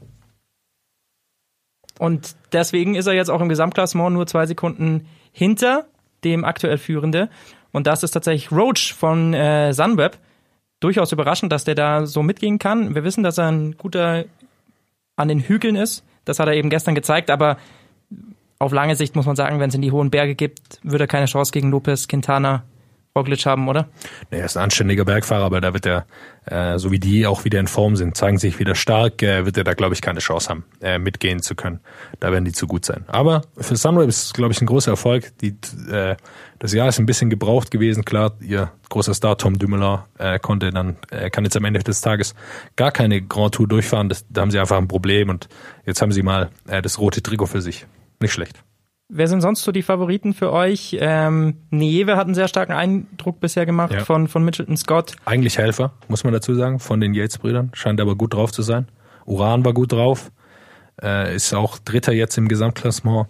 Und deswegen ist er jetzt auch im Gesamtklassement nur zwei Sekunden hinter dem aktuell Führende. Und das ist tatsächlich Roach von äh, Sunweb. Durchaus überraschend, dass der da so mitgehen kann. Wir wissen, dass er ein guter an den Hügeln ist. Das hat er eben gestern gezeigt. Aber auf lange Sicht muss man sagen, wenn es in die hohen Berge gibt, wird er keine Chance gegen Lopez, Quintana, Roglic haben, oder? Nee, er ist ein anständiger Bergfahrer, aber da wird er, äh, so wie die auch wieder in Form sind, zeigen sich wieder stark, äh, wird er da, glaube ich, keine Chance haben, äh, mitgehen zu können. Da werden die zu gut sein. Aber für Sunweb ist es, glaube ich, ein großer Erfolg. Die, äh, das Jahr ist ein bisschen gebraucht gewesen. Klar, ihr großer Star Tom Dumoulin äh, konnte dann, äh, kann jetzt am Ende des Tages gar keine Grand Tour durchfahren. Das, da haben sie einfach ein Problem und jetzt haben sie mal äh, das rote Trikot für sich. Nicht schlecht. Wer sind sonst so die Favoriten für euch? Ähm, Nieve hat einen sehr starken Eindruck bisher gemacht Ja. von, von Mitchelton Scott. Eigentlich Helfer, muss man dazu sagen, von den Yates-Brüdern. Scheint aber gut drauf zu sein. Uran war gut drauf. Äh, ist auch Dritter jetzt im Gesamtklassement.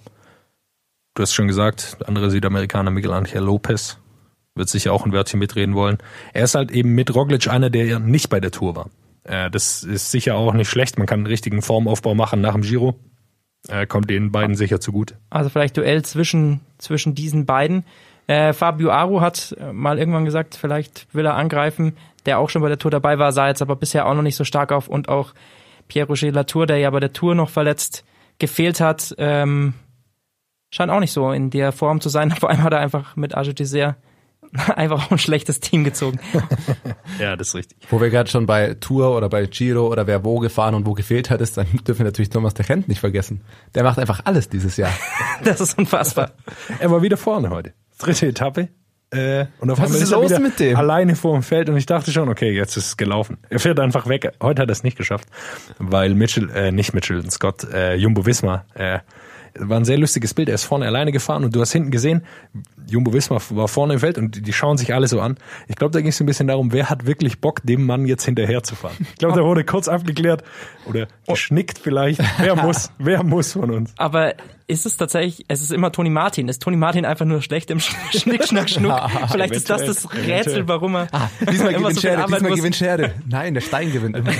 Du hast schon gesagt, der andere Südamerikaner Miguel Angel Lopez wird sicher auch ein Wörtchen mitreden wollen. Er ist halt eben mit Roglic einer, der ja nicht bei der Tour war. Äh, das ist sicher auch nicht schlecht. Man kann einen richtigen Formaufbau machen nach dem Giro. Äh, kommt den beiden sicher zugute. Also vielleicht Duell zwischen, zwischen diesen beiden. Äh, Fabio Aru hat mal irgendwann gesagt, vielleicht will er angreifen, der auch schon bei der Tour dabei war, sah jetzt aber bisher auch noch nicht so stark auf und auch Pierre-Roger Latour, der ja bei der Tour noch verletzt gefehlt hat, ähm, scheint auch nicht so in der Form zu sein. Vor allem hat er einfach mit Age Désert einfach auch ein schlechtes Team gezogen. Ja, das ist richtig. Wo wir gerade schon bei Tour oder bei Giro oder wer wo gefahren und wo gefehlt hat, ist, dann dürfen wir natürlich Thomas de Gendt nicht vergessen. Der macht einfach alles dieses Jahr. Das ist unfassbar. Er war wieder vorne heute. Dritte Etappe. Äh, und auf Was einmal ist ist er los wieder mit dem? alleine vor dem Feld und ich dachte schon, okay, jetzt ist es gelaufen. Er fährt einfach weg. Heute hat er es nicht geschafft, weil Mitchell, äh, nicht Mitchell, Scott, äh, Jumbo-Visma, äh, war ein sehr lustiges Bild. Er ist vorne alleine gefahren und du hast hinten gesehen, Jumbo-Visma war vorne im Feld und die schauen sich alle so an. Ich glaube, da ging es ein bisschen darum, wer hat wirklich Bock, dem Mann jetzt hinterher zu fahren. Ich glaube, da wurde kurz abgeklärt oder geschnickt vielleicht. Wer muss, wer muss von uns? Aber ist es tatsächlich, es ist immer Toni Martin. Ist Toni Martin einfach nur schlecht im Schnick, Schnack, Schnuck? Vielleicht ist das das Rätsel, warum er Ah, diesmal immer gewinnt so viel Scherde, arbeiten diesmal muss. gewinnt Scherde. Nein, der Stein gewinnt immer.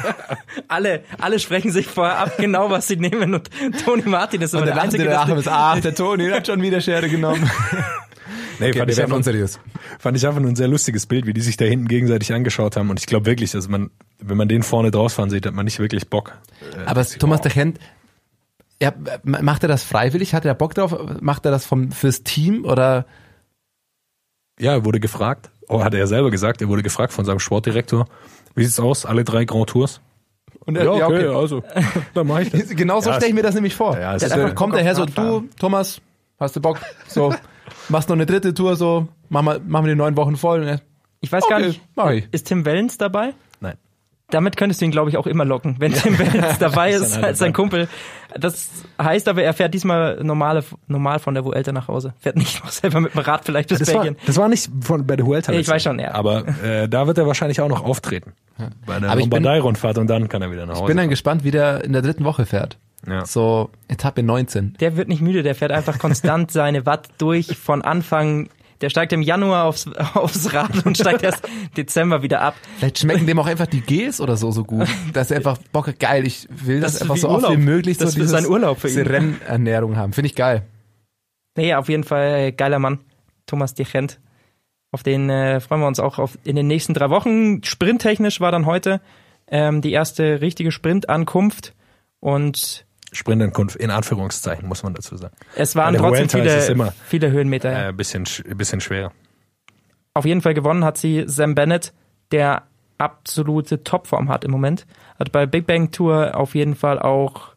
Alle, alle sprechen sich vorher ab, genau was sie nehmen und Toni Martin ist immer Und der der Einzige, der der Achim, ach, der Toni hat schon wieder Scherde genommen. Nee, Okay, fand, wir ich werden einfach, unseriös. fand ich einfach nur ein sehr lustiges Bild, wie die sich da hinten gegenseitig angeschaut haben. Und ich glaube wirklich, dass man, wenn man den vorne drausfahren sieht, hat man nicht wirklich Bock. Äh, Aber Thomas de Gendt, ja, macht er das freiwillig? Hat er Bock drauf? Macht er das vom, fürs Team oder? Ja, er wurde gefragt, oh, hat er ja selber gesagt, er wurde gefragt von seinem Sportdirektor, wie sieht's aus, alle drei Grand Tours? Und Ja, okay, also, dann mach ich das. Genau so Ja, stelle ich mir das nämlich vor. Ja, es Der ist einfach ja- kommt daher so, du, Thomas, hast du Bock? So, machst noch eine dritte Tour, so, machen wir, machen wir die neun Wochen voll. Und er, Ich weiß gar Okay, nicht, mach ich. ist Tim Wellens dabei? Nein. Damit könntest du ihn, glaube ich, auch immer locken, wenn Tim Wellens dabei Das ist ist dann halt als sein dabei. Kumpel. Das heißt aber, er fährt diesmal normale, normal von der Vuelta nach Hause. Fährt nicht noch selber mit dem Rad vielleicht bis Das war, Belgien. das war nicht von, bei der Vuelta. Ich letztes weiß schon, Jahr. ja. Aber äh, da wird er wahrscheinlich auch noch auftreten. Bei der Aber ich bin- Lombardei-Rundfahrt und dann kann er wieder nach Hause. ich bin dann gespannt, wie der in der dritten Woche fährt. Ja. So, Etappe neunzehn. Der wird nicht müde, der fährt einfach konstant seine Watt durch von Anfang. Der steigt im Januar aufs, aufs Rad und steigt erst Dezember wieder ab. Vielleicht schmecken dem auch einfach die Gels oder so so gut, dass er einfach Bock hat, geil, ich will das, Das ist einfach wie so oft Urlaub. wie möglich so Das ist dieses, sein Urlaub für ihn. diese Rennernährung haben. Finde ich geil. Nee, auf jeden Fall geiler Mann. Thomas de Gendt. Auf den äh, freuen wir uns auch auf in den nächsten drei Wochen. Sprinttechnisch war dann heute ähm, die erste richtige Sprintankunft und Sprintankunft in Anführungszeichen, muss man dazu sagen. Es waren trotzdem viele, viele Höhenmeter. Ja. Ein äh, bisschen, bisschen schwerer. Auf jeden Fall gewonnen hat sie Sam Bennett, der absolute Topform hat im Moment. Hat bei Big Bang Tour auf jeden Fall auch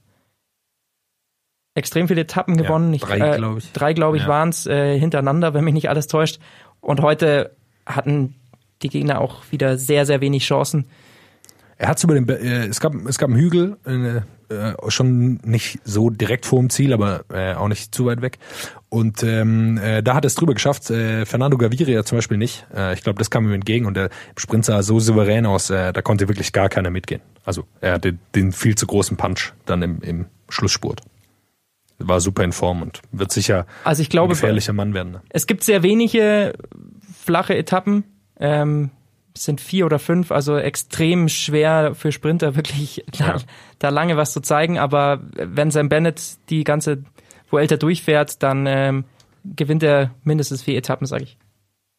extrem viele Etappen gewonnen. Ja, drei, äh, glaube ich. Drei, glaube ich, ja. waren es äh, hintereinander, wenn mich nicht alles täuscht. Und heute hatten die Gegner auch wieder sehr, sehr wenig Chancen. Er hat über den, äh, es gab, es gab einen Hügel, äh, schon nicht so direkt vor dem Ziel, aber äh, auch nicht zu weit weg. Und ähm, äh, da hat er es drüber geschafft. Äh, Fernando Gaviria zum Beispiel nicht. Äh, ich glaube, das kam ihm entgegen und der Sprint sah so souverän aus, äh, da konnte wirklich gar keiner mitgehen. Also er hatte den viel zu großen Punch dann im, im Schlussspurt. War super in Form und wird sicher also ich glaube, ein gefährlicher Mann werden. Ne? Es gibt sehr wenige flache Etappen. Ähm, es sind vier oder fünf, also extrem schwer für Sprinter wirklich ja. da, da lange was zu zeigen. Aber wenn Sam Bennett die ganze Vuelta durchfährt, dann ähm, gewinnt er mindestens vier Etappen, sage ich.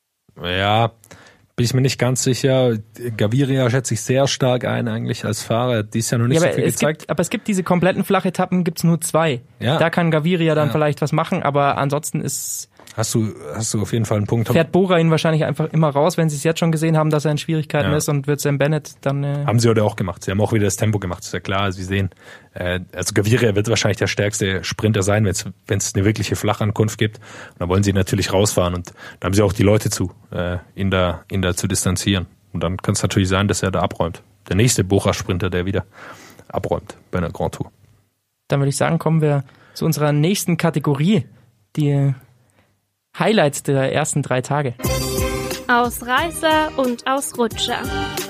Ja, bin ich mir nicht ganz sicher. Gaviria schätze ich sehr stark ein eigentlich als Fahrer. Die ist ja noch nicht ja, so viel gezeigt. Gibt, aber es gibt diese kompletten Flachetappen, gibt's nur zwei. Ja. Da kann Gaviria dann ja. vielleicht was machen, aber ansonsten ist... Hast du, hast du auf jeden Fall einen Punkt. Fährt Bora ihn wahrscheinlich einfach immer raus, wenn sie es jetzt schon gesehen haben, dass er in Schwierigkeiten ja. ist und wird Sam Bennett dann... Äh haben sie heute auch gemacht. Sie haben auch wieder das Tempo gemacht, ist ja klar. Sie sehen, äh, also Gaviria wird wahrscheinlich der stärkste Sprinter sein, wenn es wenn es eine wirkliche Flachankunft gibt. Und da wollen sie natürlich rausfahren und da haben sie auch die Leute zu, äh, ihn da, ihn da zu distanzieren. Und dann kann es natürlich sein, dass er da abräumt. Der nächste Bora-Sprinter, der wieder abräumt bei einer Grand Tour. Dann würde ich sagen, kommen wir zu unserer nächsten Kategorie, die Highlights der ersten drei Tage. Ausreißer und Ausrutscher.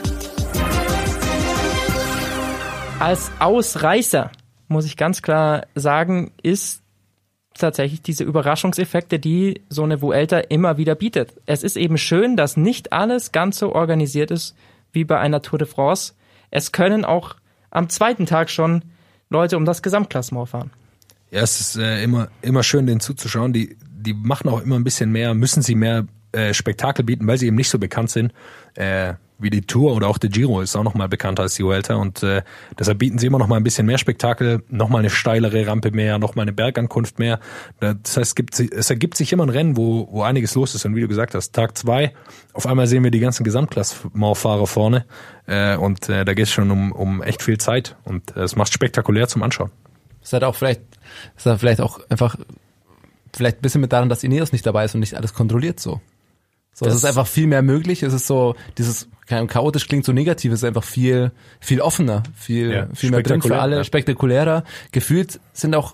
Als Ausreißer, muss ich ganz klar sagen, ist tatsächlich diese Überraschungseffekte, die so eine Vuelta immer wieder bietet. Es ist eben schön, dass nicht alles ganz so organisiert ist wie bei einer Tour de France. Es können auch am zweiten Tag schon Leute um das Gesamtklassement fahren. Ja, es ist äh, immer immer schön, denen zuzuschauen. Die die machen auch immer ein bisschen mehr, müssen sie mehr äh, Spektakel bieten, weil sie eben nicht so bekannt sind äh, wie die Tour oder auch der Giro ist auch noch mal bekannter als die Vuelta und äh, deshalb bieten sie immer noch mal ein bisschen mehr Spektakel, noch mal eine steilere Rampe mehr, noch mal eine Bergankunft mehr. Das heißt, es, gibt, es ergibt sich immer ein Rennen, wo wo einiges los ist und wie du gesagt hast, Tag zwei, auf einmal sehen wir die ganzen Gesamtklassementfahrer vorne äh, und äh, da geht es schon um um echt viel Zeit und es äh, macht spektakulär zum Anschauen. Das hat auch vielleicht, das hat vielleicht auch einfach vielleicht ein bisschen mit daran, dass Ineos nicht dabei ist und nicht alles kontrolliert so. So, das es ist einfach viel mehr möglich. Es ist so, dieses chaotisch klingt so negativ, es ist einfach viel, viel offener, viel, ja, viel mehr drin für alle, ja. spektakulärer. Gefühlt sind auch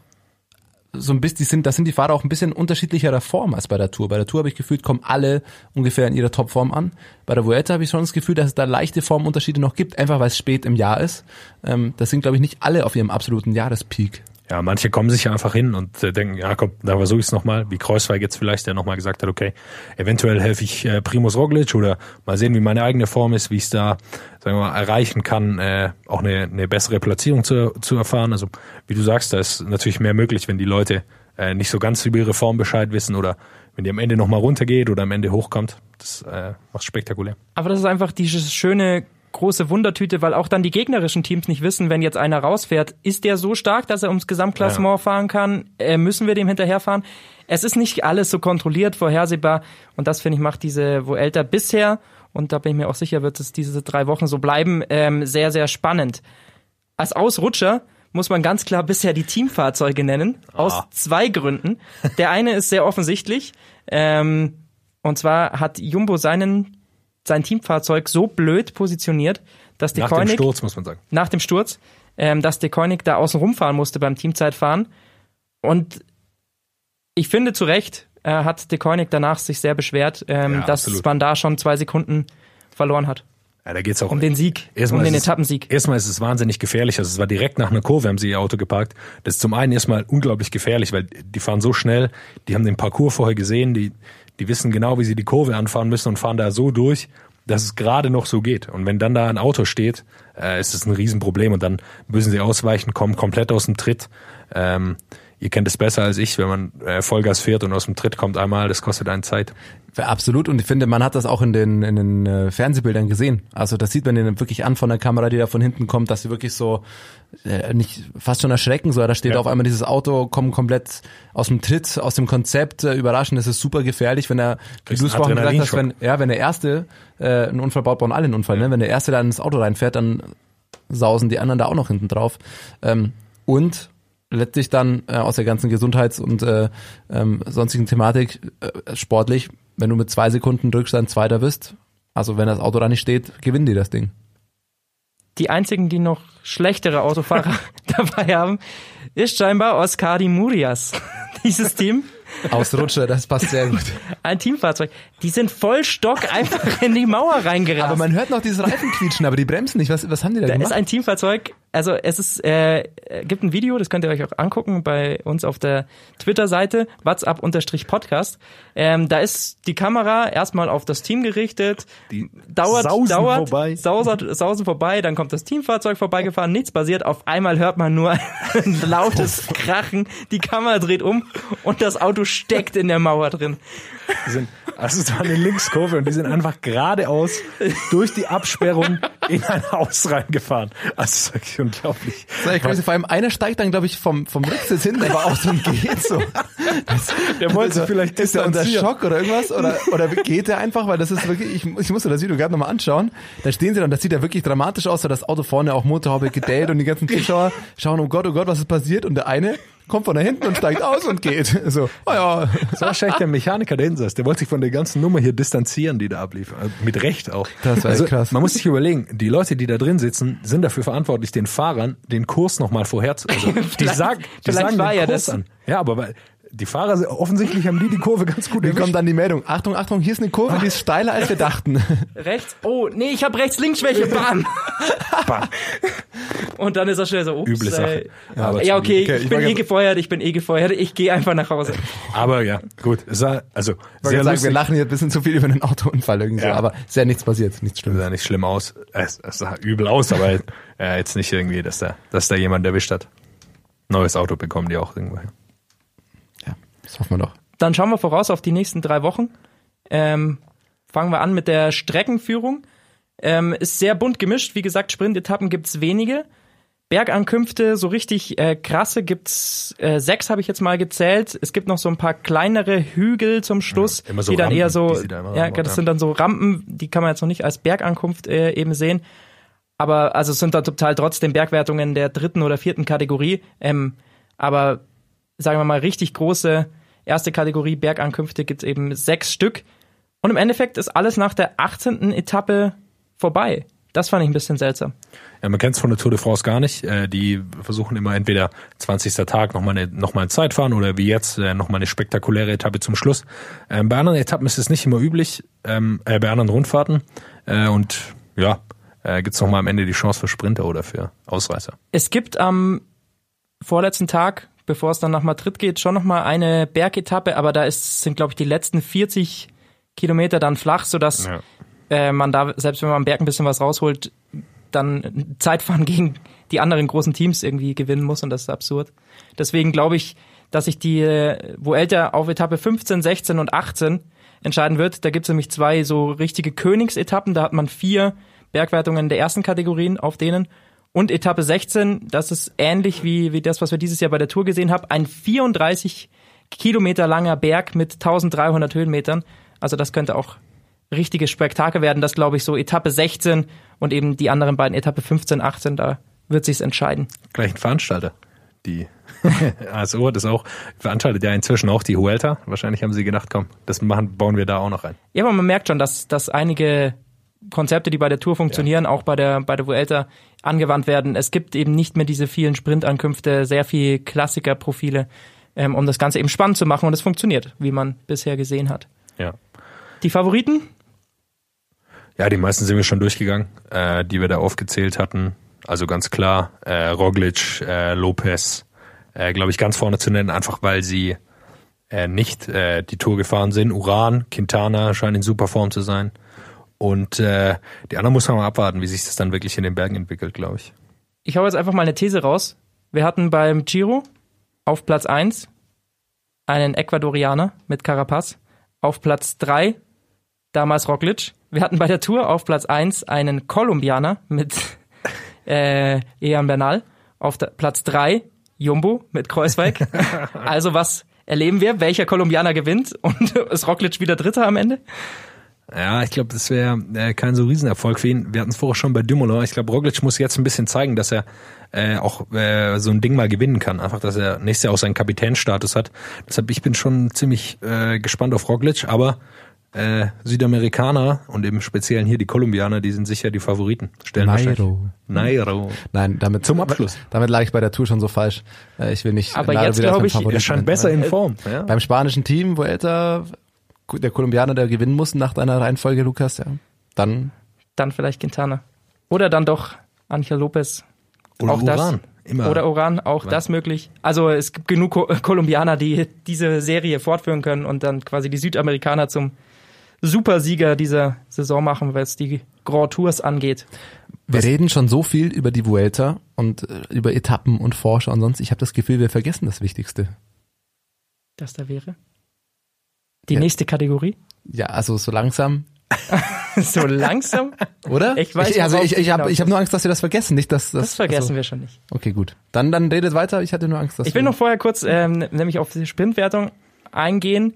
so ein bisschen, die sind, das sind die Fahrer auch ein bisschen unterschiedlicherer Form als bei der Tour. Bei der Tour habe ich gefühlt, kommen alle ungefähr in ihrer Topform an. Bei der Vuelta habe ich schon das Gefühl, dass es da leichte Formunterschiede noch gibt, einfach weil es spät im Jahr ist. Ähm, das sind, glaube ich, nicht alle auf ihrem absoluten Jahrespeak. Ja, manche kommen sich ja einfach hin und äh, denken, ja komm, da versuche ich es nochmal, wie Kreuzweig jetzt vielleicht, der nochmal gesagt hat, okay, eventuell helfe ich äh, Primož Roglič oder mal sehen, wie meine eigene Form ist, wie ich es da, sagen wir mal, erreichen kann, äh, auch eine, eine bessere Platzierung zu, zu erfahren. Also wie du sagst, da ist natürlich mehr möglich, wenn die Leute äh, nicht so ganz über ihre Form Bescheid wissen oder wenn die am Ende nochmal runtergeht oder am Ende hochkommt. Das äh, macht spektakulär. Aber das ist einfach dieses schöne große Wundertüte, weil auch dann die gegnerischen Teams nicht wissen, wenn jetzt einer rausfährt, ist der so stark, dass er ums Gesamtklassement ja. fahren kann? Äh, müssen wir dem hinterherfahren? Es ist nicht alles so kontrolliert, vorhersehbar und das, finde ich, macht diese Vuelta bisher, und da bin ich mir auch sicher, wird es diese drei Wochen so bleiben, ähm, sehr, sehr spannend. Als Ausrutscher muss man ganz klar bisher die Teamfahrzeuge nennen, aus ah. zwei Gründen. Der eine ist sehr offensichtlich, ähm, und zwar hat Jumbo seinen sein Teamfahrzeug so blöd positioniert, dass De Koenig... Nach dem Sturz, muss man sagen. Nach dem Sturz, ähm, dass De Koenig da außen rumfahren musste beim Teamzeitfahren. Und ich finde zu Recht, äh, hat De Koenig danach sich sehr beschwert, ähm, ja, dass absolut. man da schon zwei Sekunden verloren hat. Ja, da geht's auch um den Sieg, um den es, Etappensieg. Erstmal ist es wahnsinnig gefährlich. Also es war direkt nach einer Kurve, haben sie ihr Auto geparkt. Das ist zum einen erstmal unglaublich gefährlich, weil die fahren so schnell, die haben den Parcours vorher gesehen, die Die wissen genau, wie sie die Kurve anfahren müssen und fahren da so durch, dass es gerade noch so geht. Und wenn dann da ein Auto steht, äh, ist es ein Riesenproblem und dann müssen sie ausweichen, kommen komplett aus dem Tritt. Ähm, ihr kennt es besser als ich, wenn man äh, Vollgas fährt und aus dem Tritt kommt einmal, das kostet einen Zeit. Absolut, und ich finde, man hat das auch in den in den äh, Fernsehbildern gesehen. Also das sieht man denen wirklich an von der Kamera, die da von hinten kommt, dass sie wirklich so äh, nicht fast schon erschrecken, so da steht ja. auf einmal dieses Auto, kommt komplett aus dem Tritt, aus dem Konzept, äh, überraschend, das ist super gefährlich, wenn er, wie du es vorhin gesagt hast, wenn, ja, wenn der Erste äh, einen Unfall baut, bauen alle einen Unfall, ne? Wenn der Erste da ins Auto reinfährt, dann sausen die anderen da auch noch hinten drauf. Ähm, und letztlich dann äh, aus der ganzen Gesundheits- und äh, ähm, sonstigen Thematik äh, sportlich, wenn du mit zwei Sekunden Rückstand Zweiter bist, also wenn das Auto da nicht steht, gewinnen die das Ding. Die einzigen, die noch schlechtere Autofahrer dabei haben, ist scheinbar Oskari Murias. Dieses Team. Ausrutscher, das passt sehr gut. Ein Teamfahrzeug. Die sind voll Stock einfach in die Mauer reingerast. Aber man hört noch dieses Reifenquietschen, aber die bremsen nicht. Was, was haben die da, da gemacht? Da ist ein Teamfahrzeug. Also es ist, äh, gibt ein Video, das könnt ihr euch auch angucken bei uns auf der Twitter-Seite, WhatsApp-Podcast. Ähm, da ist die Kamera erstmal auf das Team gerichtet, die dauert, sausen dauert, vorbei. Sausert, sausen vorbei, dann kommt das Teamfahrzeug vorbeigefahren, nichts passiert, auf einmal hört man nur ein lautes Krachen, die Kamera dreht um und das Auto steckt in der Mauer drin. Die sind, also es war eine Linkskurve und die sind einfach geradeaus durch die Absperrung in ein Haus reingefahren. Also das ist wirklich unglaublich. Ich glaube, vor allem einer steigt dann, glaube ich, vom, vom Rücksitz hin, aber aus und geht so. Das, der wollte sich vielleicht ist der unter Schock oder irgendwas? Oder, oder geht der einfach? Weil das ist wirklich, ich, ich musste das Video gerade nochmal anschauen. Da stehen sie dann, das sieht ja wirklich dramatisch aus, weil das Auto vorne auch Motorhaube gedellt und die ganzen Zuschauer schauen, oh Gott, oh Gott, was ist passiert? Und der eine kommt von da hinten und steigt aus und geht. So, oh ja. Das war wahrscheinlich der Mechaniker, der hinten saß. Der wollte sich von der ganzen Nummer hier distanzieren, die da ablief. Mit Recht auch. Das war also, krass. Man muss sich überlegen, die Leute, die da drin sitzen, sind dafür verantwortlich, den Fahrern den Kurs nochmal vorher zu... Also, die sagen, die sagen war den ja Kurs das an. Ja, aber weil die Fahrer, offensichtlich haben die die Kurve ganz gut Wie erwischt. kommt dann die Meldung? Achtung, Achtung, hier ist eine Kurve, die ist steiler, als wir dachten. Rechts? Oh, nee, ich habe Rechts-Links-Schwäche. Bam! Bam. Und dann ist er schnell so, ups. Üble Sache. Äh, Ja, aber ja, okay, okay, ich ich bin war eh ganz- gefeuert, ich bin eh gefeuert, ich gehe einfach nach Hause. Aber ja, gut. Es war, also, Ich sehr wollte sagen, wir lustig. lachen jetzt ein bisschen zu viel über einen Autounfall irgendwie, Ja. so, aber ist ja nichts passiert, nichts Das Schlimmes. sah nicht schlimm aus. Es, es sah übel aus, aber äh, jetzt nicht irgendwie, dass da, dass da jemand erwischt hat. Neues Auto bekommen die auch irgendwo. Ja, das hoffen wir doch. Dann schauen wir voraus auf die nächsten drei Wochen. Ähm, fangen wir an mit der Streckenführung. Ähm, ist sehr bunt gemischt. Wie gesagt, Sprintetappen gibt's wenige. Bergankünfte, so richtig äh, krasse gibt's äh, sechs, habe ich jetzt mal gezählt. Es gibt noch so ein paar kleinere Hügel zum Schluss, Ja, immer so die dann Rampen, eher so, die sie da immer ja, ranbauen, das ja. sind dann so Rampen, die kann man jetzt noch nicht als Bergankunft äh, eben sehen. Aber also es sind dann total trotzdem Bergwertungen der dritten oder vierten Kategorie. Ähm, aber sagen wir mal richtig große erste Kategorie Bergankünfte gibt's eben sechs Stück. Und im Endeffekt ist alles nach der achtzehnten Etappe vorbei. Das fand ich ein bisschen seltsam. Ja, man kennt es von der Tour de France gar nicht. Äh, die versuchen immer entweder zwanzigster Tag nochmal eine, noch mal eine Zeit fahren oder wie jetzt äh, nochmal eine spektakuläre Etappe zum Schluss. Ähm, bei anderen Etappen ist es nicht immer üblich, ähm, äh, bei anderen Rundfahrten. Äh, und ja, äh, gibt's nochmal am Ende die Chance für Sprinter oder für Ausreißer. Es gibt am vorletzten Tag, bevor es dann nach Madrid geht, schon nochmal eine Bergetappe, aber da ist, sind, glaube ich, die letzten vierzig Kilometer dann flach, sodass Ja. äh, man da, selbst wenn man am Berg ein bisschen was rausholt, dann Zeitfahren gegen die anderen großen Teams irgendwie gewinnen muss und das ist absurd. Deswegen glaube ich, dass sich die äh, Vuelta auf Etappe fünfzehn, sechzehn und achtzehn entscheiden wird. Da gibt es nämlich zwei so richtige Königsetappen, da hat man vier Bergwertungen der ersten Kategorien auf denen. Und Etappe sechzehn, das ist ähnlich wie, wie das, was wir dieses Jahr bei der Tour gesehen haben, ein vierunddreißig Kilometer langer Berg mit dreizehnhundert Höhenmetern. Also das könnte auch richtiges Spektakel werden. Das glaube ich so Etappe sechzehn und eben die anderen beiden Etappe fünfzehn, achtzehn, da wird sich's entscheiden. Gleich ein Veranstalter. Die A S O hat das auch, veranstaltet ja inzwischen auch die Vuelta. Wahrscheinlich haben sie gedacht, komm, das machen, bauen wir da auch noch ein. Ja, aber man merkt schon, dass, dass einige Konzepte, die bei der Tour funktionieren, ja. auch bei der, bei der Vuelta angewandt werden. Es gibt eben nicht mehr diese vielen Sprintankünfte, sehr viel Klassikerprofile, ähm, um das Ganze eben spannend zu machen und es funktioniert, wie man bisher gesehen hat. Ja. Die Favoriten? Ja, die meisten sind wir schon durchgegangen, äh, die wir da aufgezählt hatten. Also ganz klar, äh, Roglic, äh, Lopez, äh, glaube ich, ganz vorne zu nennen, einfach weil sie äh, nicht äh, die Tour gefahren sind. Uran, Quintana scheinen in super Form zu sein. Und äh, die anderen muss man mal abwarten, wie sich das dann wirklich in den Bergen entwickelt, glaube ich. Ich hau jetzt einfach mal eine These raus. Wir hatten beim Giro Auf Platz eins einen Ecuadorianer mit Carapaz. Auf Platz drei damals Roglic. Wir hatten bei der Tour auf Platz eins einen Kolumbianer mit äh, Egan Bernal. Auf der, Platz drei Jumbo mit Kruijswijk. Also was erleben wir? Welcher Kolumbianer gewinnt? Und ist Roglic wieder Dritter am Ende? Ja, ich glaube, das wäre äh, kein so Riesenerfolg für ihn. Wir hatten es vorher schon bei Dumoulin. Ich glaube, Roglic muss jetzt ein bisschen zeigen, dass er äh, auch äh, so ein Ding mal gewinnen kann. Einfach, dass er nächstes Jahr auch seinen Kapitänstatus hat. Deshalb, ich bin schon ziemlich äh, gespannt auf Roglic, aber äh, Südamerikaner und im Speziellen hier die Kolumbianer, die sind sicher die Favoriten. Stellen Nairo. Nairo. Nein, damit Zum Abschluss. Damit lag ich bei der Tour schon so falsch. Äh, Ich will nicht. Aber Nairo jetzt wieder als glaube mein ich, Favorit Er scheint nennen. besser in Form. Ja. Beim spanischen Team, wo älter der Kolumbianer, der gewinnen muss nach deiner Reihenfolge, Lukas, ja, dann Dann vielleicht Quintana. Oder dann doch Angel Lopez. Oder auch Uran. Das, Immer. Oder Oran, auch das möglich. Also es gibt genug Ko- Kolumbianer, die diese Serie fortführen können und dann quasi die Südamerikaner zum Supersieger dieser Saison machen, weil es die Grand Tours angeht. wir reden schon so viel über die Vuelta und äh, über Etappen und Forscher und sonst. Ich habe das Gefühl, wir vergessen das Wichtigste. Das da wäre. Die Ja. nächste Kategorie. Ja, also so langsam, So langsam. oder? Ich weiß, ich, also worauf ich, ich du habe hinaus ich hab nur Angst, dass wir das vergessen, nicht dass Das das. vergessen also, wir schon nicht. Okay, gut. Dann dann redet weiter. Ich hatte nur Angst, dass Ich will wir, noch vorher kurz ähm, nämlich auf die Sprintwertung eingehen.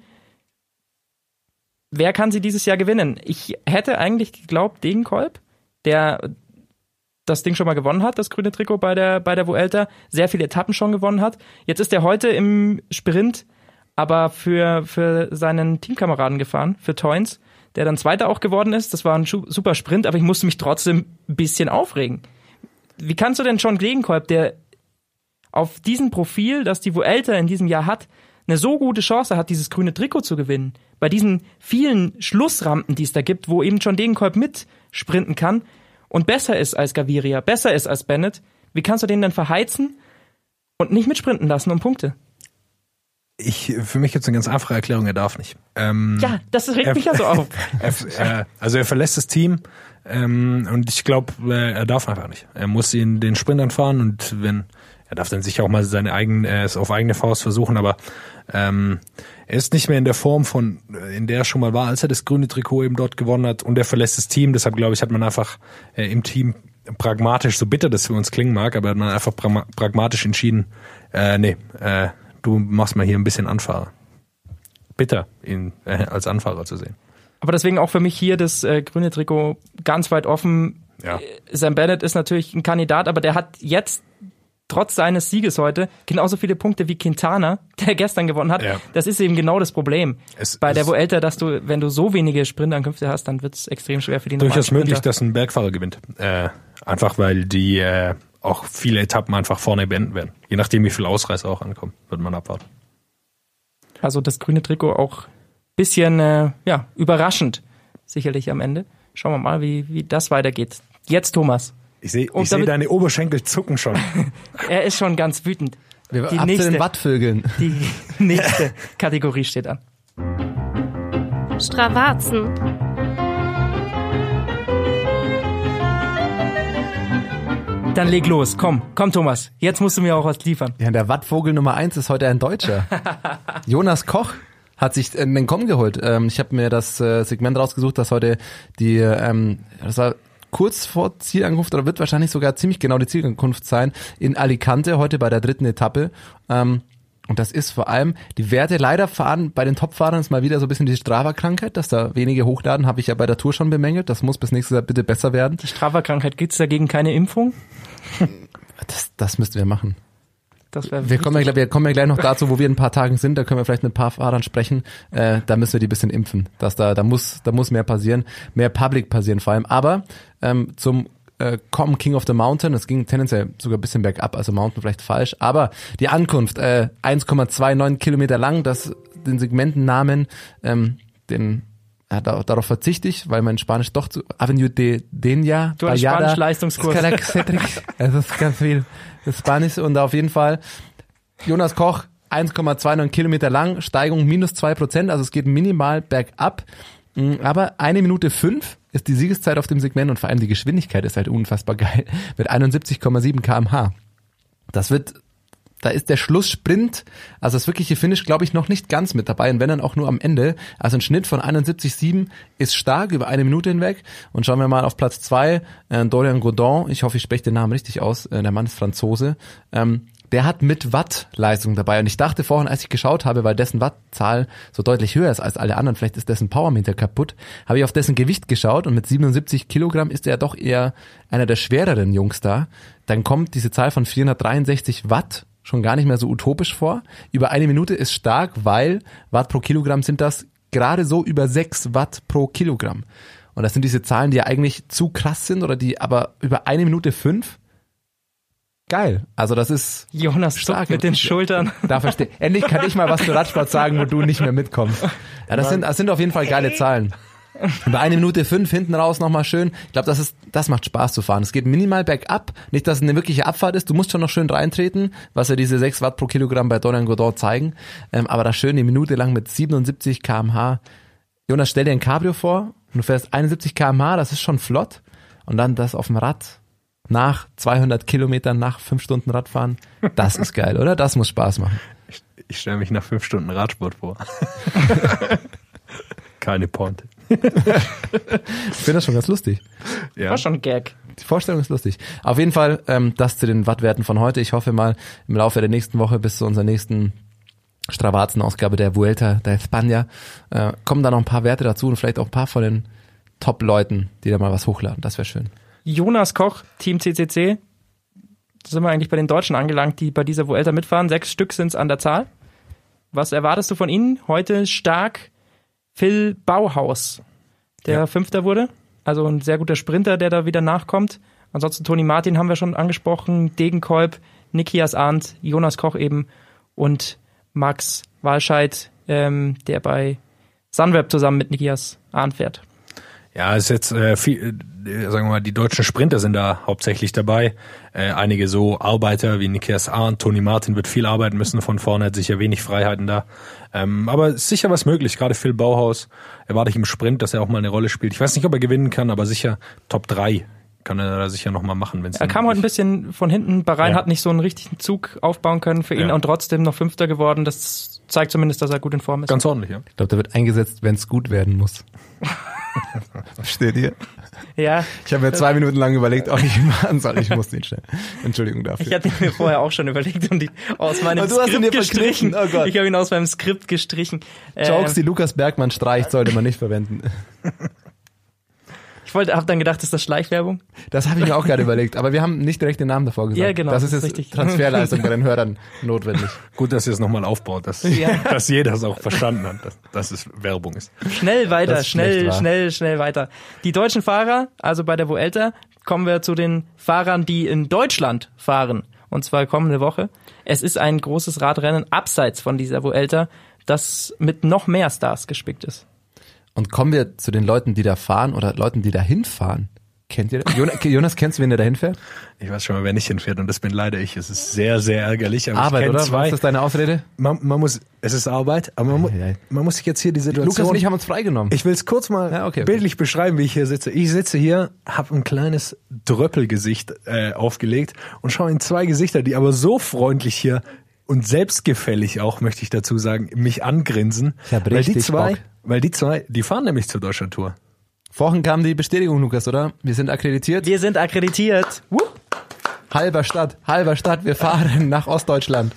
Wer kann sie dieses Jahr gewinnen? Ich hätte eigentlich geglaubt, Degenkolb, der das Ding schon mal gewonnen hat, das grüne Trikot bei der bei der Vuelta, sehr viele Etappen schon gewonnen hat. Jetzt ist er heute im Sprint aber für für seinen Teamkameraden gefahren, für Toyns, der dann Zweiter auch geworden ist. Das war ein schu- super Sprint, aber ich musste mich trotzdem ein bisschen aufregen. Wie kannst du denn John Degenkolb, der auf diesem Profil, das die Vuelta in diesem Jahr hat, eine so gute Chance hat, dieses grüne Trikot zu gewinnen, bei diesen vielen Schlussrampen, die es da gibt, wo eben John Degenkolb mitsprinten kann und besser ist als Gaviria, besser ist als Bennett, wie kannst du den denn verheizen und nicht mitsprinten lassen um Punkte? Ich, für mich gibt es eine ganz einfache Erklärung, er darf nicht. Ähm, Ja, das regt er- mich ja so auf. Er, er, also er verlässt das Team ähm, und ich glaube, er darf einfach nicht. Er muss ihn den Sprintern fahren und wenn er darf dann sicher auch mal seine eigenen, er es auf eigene Faust versuchen, aber ähm, er ist nicht mehr in der Form von, in der er schon mal war, als er das grüne Trikot eben dort gewonnen hat und er verlässt das Team. Deshalb glaube ich, hat man einfach äh, im Team pragmatisch, so bitter das für uns klingen mag, aber hat man einfach pra- pragmatisch entschieden, äh, nee, äh, du machst mal hier ein bisschen Anfahrer. Bitter, ihn äh, als Anfahrer zu sehen. Aber deswegen auch für mich hier das äh, grüne Trikot ganz weit offen. Ja. Sam Bennett ist natürlich ein Kandidat, aber der hat jetzt trotz seines Sieges heute genauso viele Punkte wie Quintana, der gestern gewonnen hat. Ja. Das ist eben genau das Problem Es bei der ist Vuelta, dass du, wenn du so wenige Sprintankünfte hast, dann wird es extrem schwer für die durchaus normalen möglich, Sprinter. dass ein Bergfahrer gewinnt. Äh, einfach weil die äh, auch viele Etappen einfach vorne beenden werden. Je nachdem, wie viel Ausreißer auch ankommen, wird man abwarten. Also das grüne Trikot auch bisschen äh, ja, überraschend sicherlich am Ende. Schauen wir mal, wie, wie das weitergeht. Jetzt Thomas. Ich sehe Und ich seh damit- deine Oberschenkel zucken schon. Er ist schon ganz wütend. wir, die ab zu nächste- den Wattvögeln. Die nächste Kategorie steht an. Stravazen. Dann leg los. Komm, komm Thomas. Jetzt musst du mir auch was liefern. Ja, der Wattvogel Nummer eins ist heute ein Deutscher. Jonas Koch hat sich einen Komm geholt. Ähm, ich habe mir das äh, Segment rausgesucht, dass heute die, ähm, das war kurz vor Zielankunft oder wird wahrscheinlich sogar ziemlich genau die Zielankunft sein, in Alicante, heute bei der dritten Etappe. Ähm, und das ist vor allem, die Werte leider fahren bei den Topfahrern ist mal wieder so ein bisschen die Strava-Krankheit, dass da wenige hochladen, habe ich ja bei der Tour schon bemängelt. Das muss bis nächstes Jahr bitte besser werden. Die Strava-Krankheit, gibt's dagegen keine Impfung? Das, das müssten wir machen. Das wäre Wir kommen, ja, gleich- wir kommen ja gleich noch dazu, wo wir in ein paar Tagen sind. Da können wir vielleicht mit ein paar Fahrern sprechen. Äh, da müssen wir die ein bisschen impfen. Dass da, da muss, da muss mehr passieren, mehr Public passieren vor allem. Aber ähm, zum äh, Com King of the Mountain, das ging tendenziell sogar ein bisschen bergab, also Mountain vielleicht falsch. Aber die Ankunft, äh, eins Komma neunundzwanzig Kilometer lang, das den Segmentennamen, ähm, den ja, da, darauf verzichte ich, weil mein Spanisch doch zu Avenue de Denia, Du hast Vallada, Spanisch-Leistungskurs. Scalaxetric, das ist ganz viel Spanisch und auf jeden Fall Jonas Koch, eins Komma neunundzwanzig Kilometer lang, Steigung minus zwei Prozent, also es geht minimal bergab, aber eine Minute fünf ist die Siegeszeit auf dem Segment und vor allem die Geschwindigkeit ist halt unfassbar geil, mit einundsiebzig Komma sieben Kilometer pro Stunde. Das wird da ist der Schlusssprint, also das wirkliche Finish, glaube ich, noch nicht ganz mit dabei und wenn dann auch nur am Ende. Also ein Schnitt von einundsiebzig Komma sieben ist stark über eine Minute hinweg. Und schauen wir mal auf Platz zwei, äh, Dorian Godon, ich hoffe, ich spreche den Namen richtig aus, äh, der Mann ist Franzose, ähm, der hat mit Watt-Leistung dabei. Und ich dachte vorhin, als ich geschaut habe, weil dessen Wattzahl so deutlich höher ist als alle anderen, vielleicht ist dessen Powermeter kaputt, habe ich auf dessen Gewicht geschaut und mit siebenundsiebzig Kilogramm ist er doch eher einer der schwereren Jungs da. Dann kommt diese Zahl von vierhundertdreiundsechzig Watt schon gar nicht mehr so utopisch vor. Über eine Minute ist stark, weil Watt pro Kilogramm sind das gerade so über sechs Watt pro Kilogramm. Und das sind diese Zahlen, die ja eigentlich zu krass sind oder die aber über eine Minute fünf. Geil. Also das ist Jonas zuckt mit den Schultern. Da verstehe. Endlich kann ich mal was zu Radsport sagen, wo du nicht mehr mitkommst. Ja, das sind, das sind auf jeden Fall geile Zahlen. Bei eine Minute fünf hinten raus nochmal schön. Ich glaube, das ist, das macht Spaß zu fahren. Es geht minimal bergab. Nicht, dass es eine wirkliche Abfahrt ist. Du musst schon noch schön reintreten, was ja diese sechs Watt pro Kilogramm bei Dorian Godon zeigen. Ähm, aber das schön eine Minute lang mit siebenundsiebzig Kilometer pro Stunde. Jonas, stell dir ein Cabrio vor und du fährst einundsiebzig Kilometer pro Stunde. Das ist schon flott. Und dann das auf dem Rad nach zweihundert Kilometern, nach fünf Stunden Radfahren. Das ist geil, oder? Das muss Spaß machen. Ich, ich stelle mich nach fünf Stunden Radsport vor. Keine Pointe. Ich finde das schon ganz lustig. Ja. War schon ein Gag. Die Vorstellung ist lustig. Auf jeden Fall ähm, das zu den Wattwerten von heute. Ich hoffe mal im Laufe der nächsten Woche bis zu unserer nächsten Stravazen-Ausgabe der Vuelta der España äh, kommen da noch ein paar Werte dazu und vielleicht auch ein paar von den Top-Leuten, die da mal was hochladen. Das wäre schön. Jonas Koch, Team C C C. Da sind wir eigentlich bei den Deutschen angelangt, die bei dieser Vuelta mitfahren. Sechs Stück sind es an der Zahl. Was erwartest du von ihnen? Heute stark Phil Bauhaus, der ja. Fünfter wurde. Also ein sehr guter Sprinter, der da wieder nachkommt. Ansonsten Toni Martin haben wir schon angesprochen, Degenkolb, Nikias Arndt, Jonas Koch eben und Max Walscheid, ähm, der bei Sunweb zusammen mit Nikias Arndt fährt. Ja, ist jetzt äh, viel, äh, sagen wir mal, die deutschen Sprinter sind da hauptsächlich dabei. Äh, einige so Arbeiter wie Nikias Arndt, Toni Martin wird viel arbeiten müssen von vorne, hat sicher wenig Freiheiten da. Ähm, aber ist sicher was möglich. Gerade Phil Bauhaus erwarte ich im Sprint, dass er auch mal eine Rolle spielt. Ich weiß nicht, ob er gewinnen kann, aber sicher Top drei kann er da sicher nochmal machen. Wenn's er kam heute ein bisschen von hinten. Bahrain ja. hat nicht so einen richtigen Zug aufbauen können für ihn ja. und trotzdem noch Fünfter geworden. Das zeigt zumindest, dass er gut in Form ist. Ganz ordentlich, ja. Ich glaube, der wird eingesetzt, wenn es gut werden muss. Versteht ihr? Ja. Ich habe mir zwei Minuten lang überlegt, ob ich ihn machen soll. Ich muss ihn schnell. Entschuldigung dafür. Ich hatte ihn mir vorher auch schon überlegt und die aus meinem oh, du hast ihn dir gestrichen. Oh Gott. Ich habe ihn aus meinem Skript gestrichen. Jokes, die Lukas Bergmann streicht, sollte man nicht verwenden. Ich wollte, habe dann gedacht, ist das Schleichwerbung? Das habe ich mir auch gerade überlegt, aber wir haben nicht direkt den Namen davor gesagt. Ja, genau. Das ist jetzt richtig. Transferleistung bei den Hörern notwendig. Gut, dass ihr es nochmal aufbaut, dass, ja. dass jeder es auch verstanden hat, dass, dass es Werbung ist. Schnell weiter, schnell, schnell, schnell weiter. Die deutschen Fahrer, also bei der Vuelta, kommen wir zu den Fahrern, die in Deutschland fahren. Und zwar kommende Woche. Es ist ein großes Radrennen abseits von dieser Vuelta, das mit noch mehr Stars gespickt ist. Und kommen wir zu den Leuten, die da fahren oder Leuten, die da hinfahren. Kennt ihr das? Jonas, Jonas, kennst du, wen der da hinfährt? Ich weiß schon mal, wer nicht hinfährt und das bin leider ich. Es ist sehr, sehr ärgerlich. Aber Arbeit, ich oder? Zwei. Was ist deine Ausrede? Man, man muss, es ist Arbeit, aber man, ja, ja. man muss sich jetzt hier die Situation... Lukas und ich haben uns freigenommen. Ich will es kurz mal ja, okay, okay. bildlich beschreiben, wie ich hier sitze. Ich sitze hier, habe ein kleines Dröppelgesicht äh, aufgelegt und schaue in zwei Gesichter, die aber so freundlich hier und selbstgefällig auch, möchte ich dazu sagen, mich angrinsen. Ich hab weil richtig die zwei, Bock. Weil die zwei, die fahren nämlich zur Deutschlandtour. Vorhin kam die Bestätigung, Lukas, oder? Wir sind akkreditiert. Wir sind akkreditiert. Wupp. Halber Stadt, halber Stadt, wir fahren nach Ostdeutschland.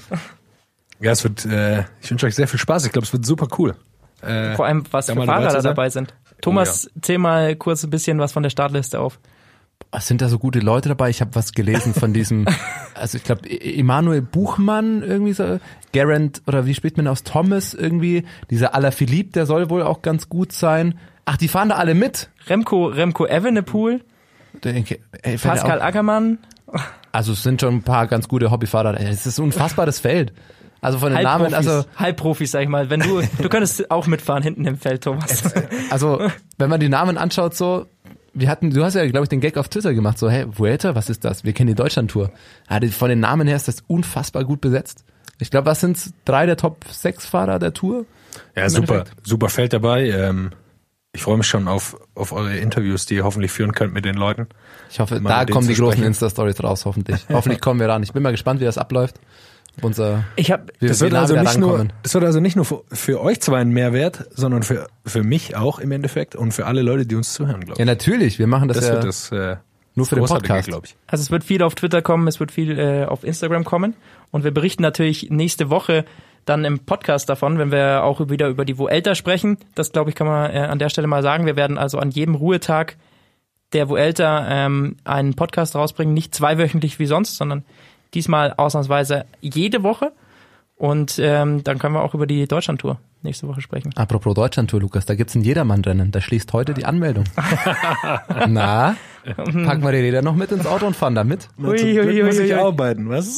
Ja, es wird, äh, ich wünsche euch sehr viel Spaß. Ich glaube, es wird super cool. Äh, Vor allem, was für Fahrer da dabei sind. Thomas, oh, ja. zähl mal kurz ein bisschen was von der Startliste auf. Was sind da so gute Leute dabei? Ich habe was gelesen von diesem, also ich glaube, Emanuel Buchmann irgendwie so, Geraint, oder wie spricht man aus, Thomas irgendwie, dieser Alaphilippe, der soll wohl auch ganz gut sein. Ach, die fahren da alle mit. Remco, Remco Evenepoel, denke, ey, Pascal auch, Ackermann. Also es sind schon ein paar ganz gute Hobbyfahrer. Es ist ein unfassbares Feld. Also von den Namen, also Halbprofis, sag ich mal. Wenn du, du könntest auch mitfahren hinten im Feld, Thomas. Also wenn man die Namen anschaut, so, wir hatten, du hast ja, glaube ich, den Gag auf Twitter gemacht, so, hey, Vuelta, was ist das? Wir kennen die Deutschlandtour. Ja, von den Namen her ist das unfassbar gut besetzt. Ich glaube, was sind's? Drei der Top sechs Fahrer der Tour? Ja, super, super Feld dabei. Ähm, ich freue mich schon auf, auf eure Interviews, die ihr hoffentlich führen könnt mit den Leuten. Ich hoffe, da kommen die großen Insta-Stories raus, hoffentlich. Hoffentlich kommen wir ran. Ich bin mal gespannt, wie das abläuft. unser, Ich hab, wir, Das wir wird, nah also wieder nicht nur, rankommen. das wird also nicht nur für, für euch zwei ein Mehrwert, sondern für, für mich auch im Endeffekt und für alle Leute, die uns zuhören, glaube ich. Ja, natürlich, wir machen das, das ja wird das äh, nur für den Großartige, Podcast. glaube ich. Also es wird viel auf Twitter kommen, es wird viel äh, auf Instagram kommen und wir berichten natürlich nächste Woche dann im Podcast davon, wenn wir auch wieder über die Vuelta sprechen. Das, glaube ich, kann man äh, an der Stelle mal sagen. Wir werden also an jedem Ruhetag der Vuelta ähm, einen Podcast rausbringen, nicht zweiwöchentlich wie sonst, sondern diesmal ausnahmsweise jede Woche. Und ähm, dann können wir auch über die Deutschlandtour nächste Woche sprechen. Apropos Deutschlandtour, Lukas, da gibt's ein Jedermann-Rennen. Da schließt heute die Anmeldung. Na, packen wir die Räder noch mit ins Auto und fahren da mit? Na, zum Glück muss ich arbeiten, was?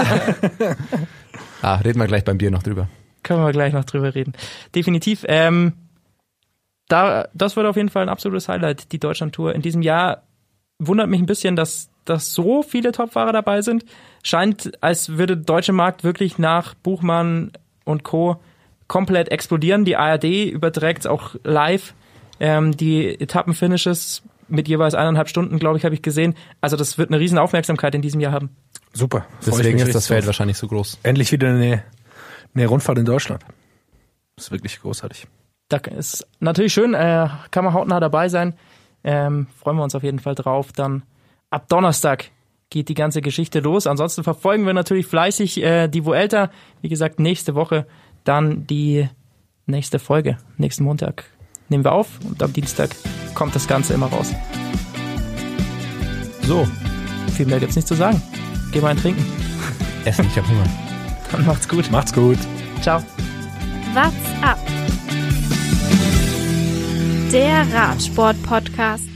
Ah, reden wir gleich beim Bier noch drüber. Können wir gleich noch drüber reden. Definitiv. Ähm, da, das wird auf jeden Fall ein absolutes Highlight, die Deutschlandtour. In diesem Jahr wundert mich ein bisschen, dass, dass so viele Topfahrer dabei sind. Scheint, als würde der deutsche Markt wirklich nach Buchmann und Co. komplett explodieren. Die A R D überträgt auch live. Ähm, die Etappenfinishes mit jeweils eineinhalb Stunden, glaube ich, habe ich gesehen. Also das wird eine riesen Aufmerksamkeit in diesem Jahr haben. Super. Freu ich Deswegen mich ist das richtig Feld drauf. wahrscheinlich so groß. Endlich wieder eine, eine Rundfahrt in Deutschland. Das ist wirklich großartig. Da ist natürlich schön, äh, kann man hautnah dabei sein. Ähm, freuen wir uns auf jeden Fall drauf. Dann ab Donnerstag geht die ganze Geschichte los. Ansonsten verfolgen wir natürlich fleißig äh, die Vuelta. Wie gesagt, nächste Woche dann die nächste Folge. Nächsten Montag nehmen wir auf und am Dienstag kommt das Ganze immer raus. So, Viel mehr gibt's nicht zu sagen. Geh mal ein Trinken. essen, ich hab Hunger. Dann macht's gut. Macht's gut. Ciao. What's up? Der Radsport-Podcast.